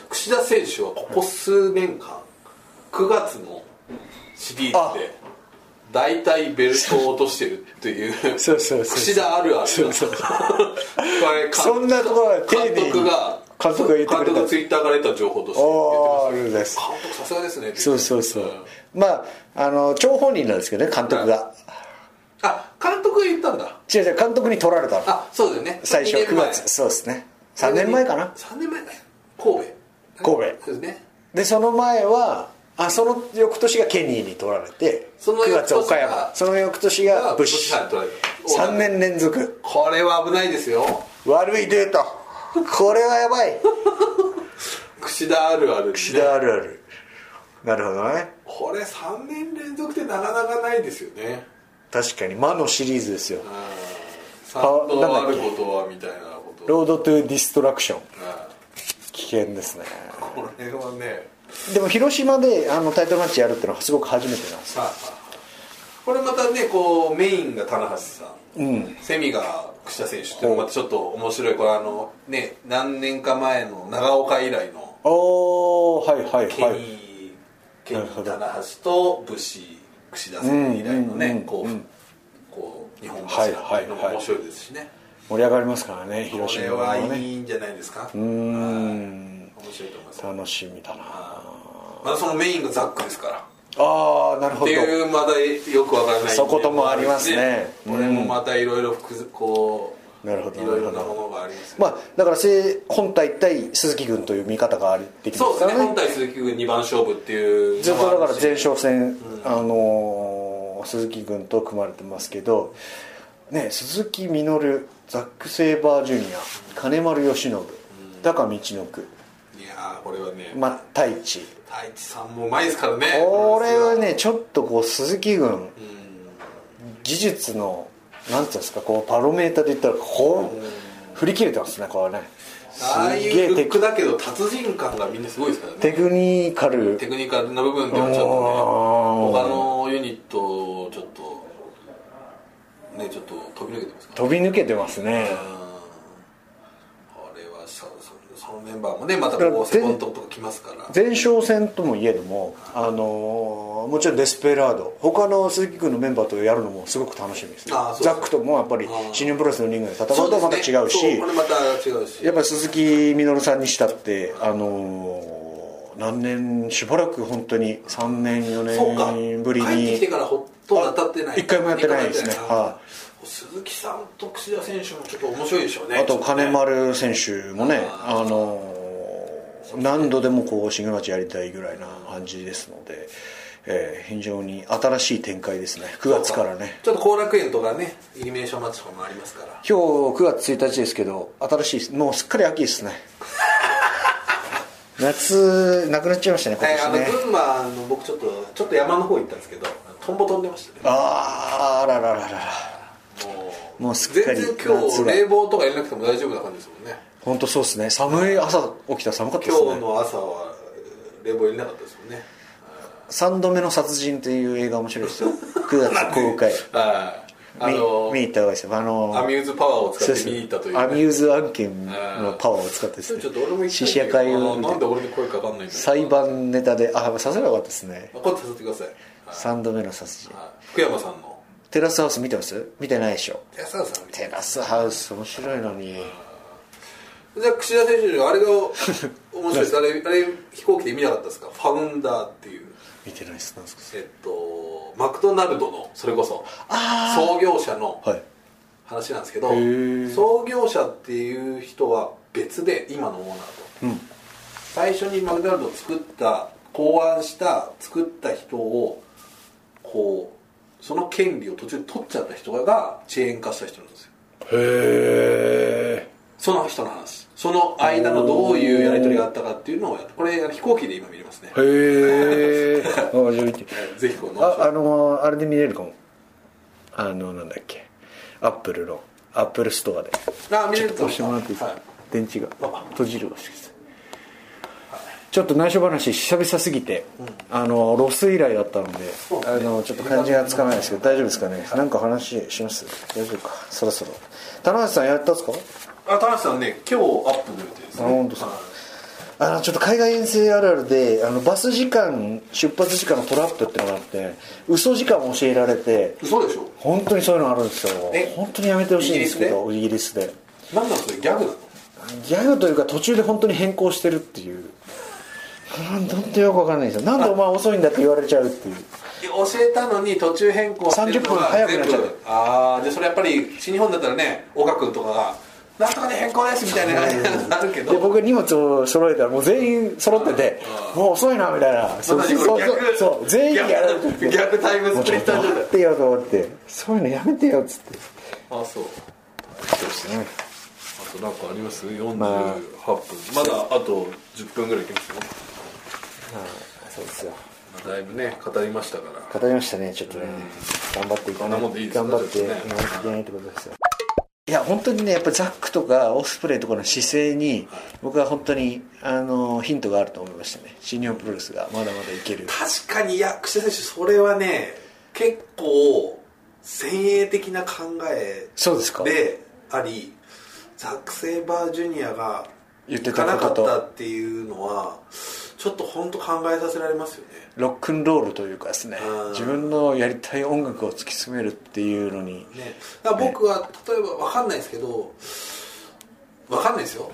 櫛田選手はここ数年間くがつのシリーズで大体ベルトを落としてるっていう櫛田あるある。そうそうこれそんなところは丁寧に監督が監督が言ってくれた。監督がツイッターから出た情報として言ってます。監督さすがですね。 そうそうそう、うん、まああの張本人なんですけどね監督が。 あ監督が言ったんだ。 違う違う監督に取られたの。 あそうだよね。 最初くがつ。そうですね。さんねんまえかな。 さんねんまえ神戸神戸そうですね。 でその前はあその翌年がケニーに取られてくがつ岡山、その翌年がブッシュさんねん連続。 これは危ないですよ。 悪いデータこれはやばい。 櫛田あるある、ね、 櫛田あるある。なるほどね。 これさんねん連続ってなかなかないですよね。 確かに魔のシリーズですよ。 三度あることはみたいなこと。 ロードトゥディストラクション。危険ですね。 これはね。 でも広島であのタイトルマッチやるっていうのはすごく初めてなんですよ。 これまたねこうメインが棚橋さん、うん、セミが櫛田選手っていうのまたちょっと面白い。これあのね何年か前の長岡以来のおーはいはいはいケニーケニー棚橋と武士櫛田戦以来のね、うんうんうん、こうこう日本橋っていうのも面白いですしね、はいはいはい、 盛り上がりますからね広島はね。 これはいいんじゃないですか。 うーん面白いと思います。 楽しみだな。 まだそのメインがザックですから。 ああなるほどっていうまだよくわからないそこともありますね。 これもまたいろいろこうなるほどいろいろなものがありますね。 まあだから本体対鈴木軍という見方ができるんですからね。そうですね。本体鈴木軍にばん勝負っていうずっとだから前哨戦、うん、あのー、鈴木軍と組まれてますけどね、鈴木みのる、ザック・セイバージュニア、金丸義信、高道の句、 いやーこれはね、 ま、太一太一さんもうまいですからね。 これはねちょっとこう鈴木軍、うん、技術のなんていうんですかこうパロメーターで言ったらこう、うん、振り切れてますねこれね。 ああいうルックだけど達人感がみんなすごいですからね。 テクニカルテクニカルな部分ではちょっとね他のユニットをちょっとねちょっと飛び抜けてますか、ね、 飛び抜けてますね。 これはそのメンバーもねまたこうセコンドとか来ますから前哨戦ともいえども、あのー、もちろんデスペラード他の鈴木君のメンバーとやるのもすごく楽しみですね。ザックともやっぱり新日本プロレスのリングで戦うとまた違うし、 うね、これまた違うしやっぱり鈴木みのるさんにしたってあのー、何年しばらく本当にさんねんよねんぶりに帰ってきてからほとんど当たってない一回もやってないですね。はい、 鈴木さんと櫛田選手もちょっと面白いでしょうね。 あと金丸選手もねあの何度でもこうシングルマッチやりたいぐらいな感じですので、えー、非常に新しい展開ですね。くがつからねちょっと後楽園とかねイリミネーションマッチとかもありますから。 今日くがつついたちですけど新しいもうすっかり秋ですね夏なくなっちゃいましたね今年ね。 あの群馬の僕ちょっとちょっと山の方行ったんですけどトンボ飛んでましたね。 ああらららららもうもうすっかり全然今日冷房とか入れなくても大丈夫な感じですもんね。 本当そうですね。寒い朝起きたら寒かったですね。 今日の朝は冷房入れなかったですもんね。 さんどめの殺人という映画面白いですよくがつ公開あの見に行った方がいいですよ。あのアミューズパワーを使って見に行ったという、ね、 アミューズ案件のパワーを使ってですね試写会をなんで俺に声かかんないんだろう裁判ネタであさせればよかったですね。 今度させてください。 さんどめの殺人福山さんのテラスハウス見てます？見てないでしょ。 テラスハウステラスハウス面白いのに。 じゃあ櫛田選手あれが面白いですあれあれ飛行機で見なかったですか？ファウンダーっていう見てないです。なんですか？ えっとマクドナルドのそれこそ創業者の話なんですけど、はい、創業者っていう人は別で今のオーナーと、うん、最初にマクドナルドを作った考案した作った人をこうその権利を途中で取っちゃった人がチェーン化した人なんですよ。 へえ。 その人の話その間のどういうやり取りがあったかっていうのをやってこれ飛行機で今見れますね。 へえぜひこのああのあれで見れるかも。あのなんだっけアップルのアップルストアであ見れるちょっと押してもらっていいですか、はい、電池が閉じるらしいです、 はい、ちょっと内緒話久々すぎて、うん、あのロス以来だったので、ね、あのちょっと感じがつかないですけど大丈夫ですかね。なんか話します？大丈夫か。そろそろ田中さんやったんですか？ あ田中さんね今日アップの予定ですね。 あ本当さ、あのちょっと海外遠征あるあるであのバス時間出発時間のトラップってのがあって嘘時間を教えられて嘘でしょ本当にそういうのあるんですよ。本当にやめてほしいんですけどイギリスで何なんそれギャグなの？ ギャグというか途中で本当に変更してるっていう本当よく分かんないですよ。なんでお前遅いんだって言われちゃうっていう教えたのに途中変更してるのがさんじゅっぷん早くなっちゃう。 ああでそれやっぱり新日本だったらね岡君とかがなんとかで変更ですみたいなのがあるけどで僕荷物を揃えたらもう全員揃っててもう遅いなみたいなそうそうそうそう全員やられてて逆タイムスプリッター状態ってよと思ってそういうのやめてよっつってあそうそうですね。 あと何かあります？よんじゅうはっぷん、まだあとじゅっぷんぐらいいきますよ。 あそうですよ。 だいぶね語りましたから語りましたね。ちょっとね、うん、頑張っていかないと頑張っていかないといけないってことですよ。いや本当にねやっぱザックとかオスプレイとかの姿勢に僕は本当にあのヒントがあると思いましたね。新日本プロレスがまだまだいける。 確かにいや櫛田選手それはね結構先鋭的な考えでありザック・セイバージュニアが言ってたことといかなかったっていうのはちょっと本当考えさせられますよね。 ロックンロールというかですね自分のやりたい音楽を突き詰めるっていうのに、 ね、だから僕は、ね、例えば分かんないですけど分かんないですよ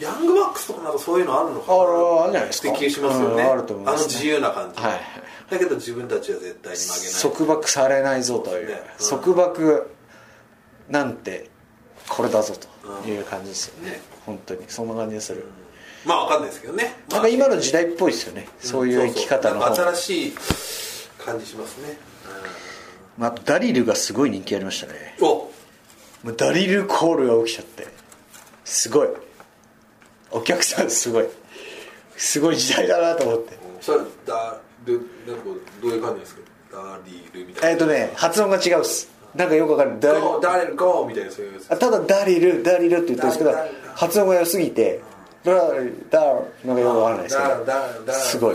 ヤングバックスとかなどそういうのあるのかな。 あるじゃないですか。 って気しますよね、 うん、あると思います、ね、 あの自由な感じ、 はい、 だけど自分たちは絶対に負けない、 束縛されないぞという、ね、うん、束縛なんてこれだぞという感じですよね、うん、ね、本当にそんな感じがする、うん、 まあ分かんないですけどね、 まあ、なんか今の時代っぽいですよね、うん、そういう生き方の方、 そうそう、なんか新しい感じしますね、 うん、まあ、あとダリルがすごい人気ありましたね。 おもうダリルコールが起きちゃってすごいお客さんすごいすごい時代だなと思って、 それダルなんかどういう感じですか、ダリルみたいな。 えっとね発音が違うっす、なんかよくわかる、 ダリルダリルゴーみたいな、そういうやつ。 ただダリルダリルって言ってるんですけど発音が良すぎてダリダリなんかよくわかんないですけどすごい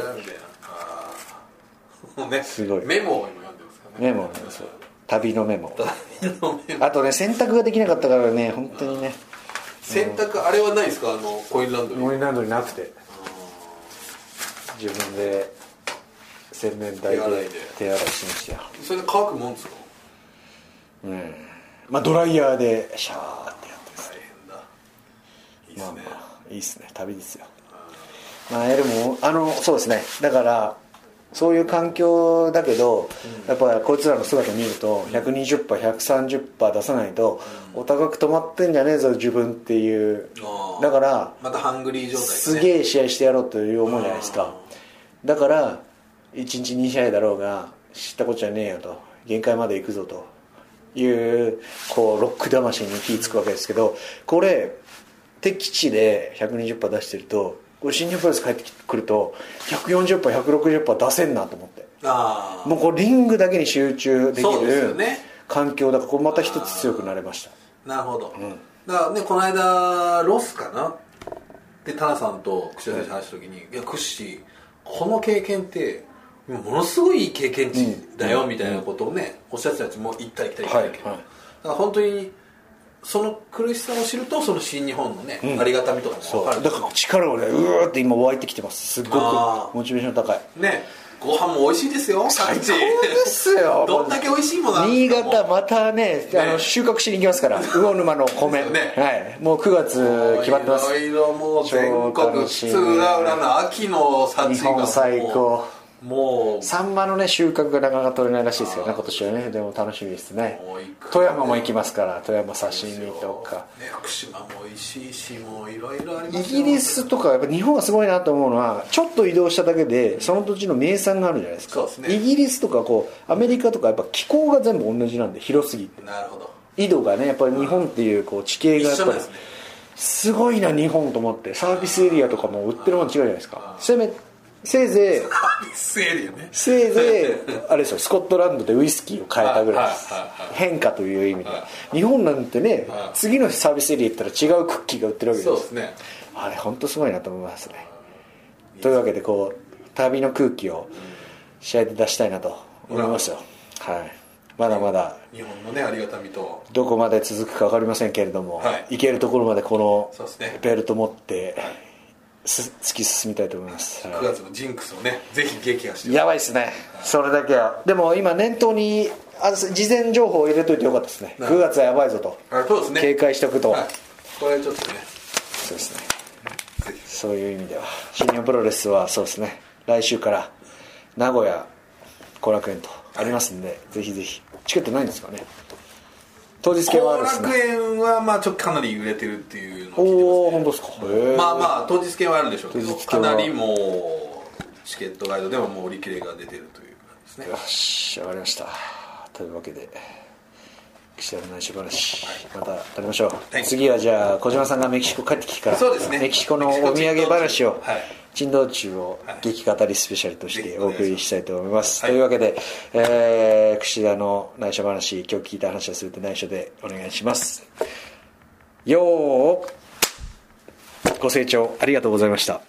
ね、すごいメモを今読んでますからね。 メモなんですよ、旅のメモあとね洗濯ができなかったからね本当にね。 洗濯あれはないですか、あのコインランドリー。 コインランドリーなくて自分で洗面台で手洗いしましたよ。 それで乾くもんですか。 うん、まあドライヤーでシャーってやってます。 大変だ。いいですね、まあまあ、いいですね、旅ですよ。まあでもあのそうですね、だからそういう環境だけど、うん、やっぱりこいつらの姿見ると ひゃくにじゅっパーセント、ひゃくさんじゅっパーセント 出さないと、うん、お高く止まってんじゃねえぞ自分っていう、だからまたハングリー状態、ね、 すげえ試合してやろうという思うじゃないですか。だからいちにちに試合だろうが知ったことじゃねえよと、限界まで行くぞというこうロック魂に火つくわけですけど、これ敵地で ひゃくにじゅっパーセント 出してるとこれ新日本プロレス帰ってくると ひゃくよんじゅっパーセント、ひゃくろくじゅっパーセント 出せんなと思って、あもうこうリングだけに集中できる環境だからこれまた一つ強くなれました。 なるほど、うん、だからねこの間ロスかなでタナさんと櫛田選手話した時に、はい、いや櫛この経験ってものすごいいい経験値だよみたいなことをね、うん、おっしゃってたやつも行ったり来たり来たり、はいはい、だから本当にその苦しさを知るとその新日本のね、うん、ありがたみとかも分かる。 だから力をねうーって今湧いてきてます。すごくモチベーション高いね。ご飯も美味しいですよ。 最高ですよどんだけ美味しいものなんですか。新潟また ね, ねあの収穫しに行きますから魚沼の米、ねはい、もうくがつ決まってます。 いろいろもう全国津々浦々の秋の幸が日本最高。 もうサンマのね収穫がなかなか取れないらしいですよね今年はね。でも楽しみですね。富山も行きますから富山刺身とか、 ね、福島も美味しいしもういろいろありますよ。イギリスとかやっぱ日本がすごいなと思うのはちょっと移動しただけでその土地の名産があるじゃないですか。そうですね、イギリスとかこうアメリカとかやっぱ気候が全部同じなんで広すぎて。 なるほど。 緯度がねやっぱり日本っていうこう地形がやっぱりすごいな日本と思って。サービスエリアとかも売ってるもの違うじゃないですか。せめせいぜいせいぜいあれですよスコットランドでウイスキーを変えたぐらいです。変化という意味で日本なんてね次のサービスエリア行ったら違うクッキーが売ってるわけです。 そうですね。 あれ本当すごいなと思いますね。というわけでこう旅の空気を試合で出したいなと思いますよ。はい。まだまだ日本のねありがたみとどこまで続くか分かりませんけれども、はい、行けるところまでこのベルト持って突き進みたいと思います。 くがつのジンクスをねぜひ撃破して。 やばいですね、はい、それだけは。でも今念頭にあ事前情報を入れといてよかったですね。くがつはやばいぞとそうです、ね、 警戒しておくと、 はい、これちょっとねそうですね。そういう意味では新日本プロレスはそうですね来週から名古屋後楽園とありますんで、はい、ぜひぜひ。チケットないんですかね。当日券はあるですね。 後楽園はまあちょっとかなり売れてるっていうのを聞いてます、ね、 おお本当ですか。 まあまあ当日券はあるんでしょうけどかなりもうチケットガイドでももう売り切れが出てるという感じですね。 よしわかりました。というわけで岸田の内緒話また撮りましょう、はい、次はじゃあ小島さんがメキシコ帰ってきてから、 そうですね、 メキシコのお土産話を、はい、珍道中を激語りスペシャルとしてお送りしたいと思います、はい、というわけで、えー、櫛田の内緒話今日聞いた話をすると内緒でお願いします。よーご清聴ありがとうございました。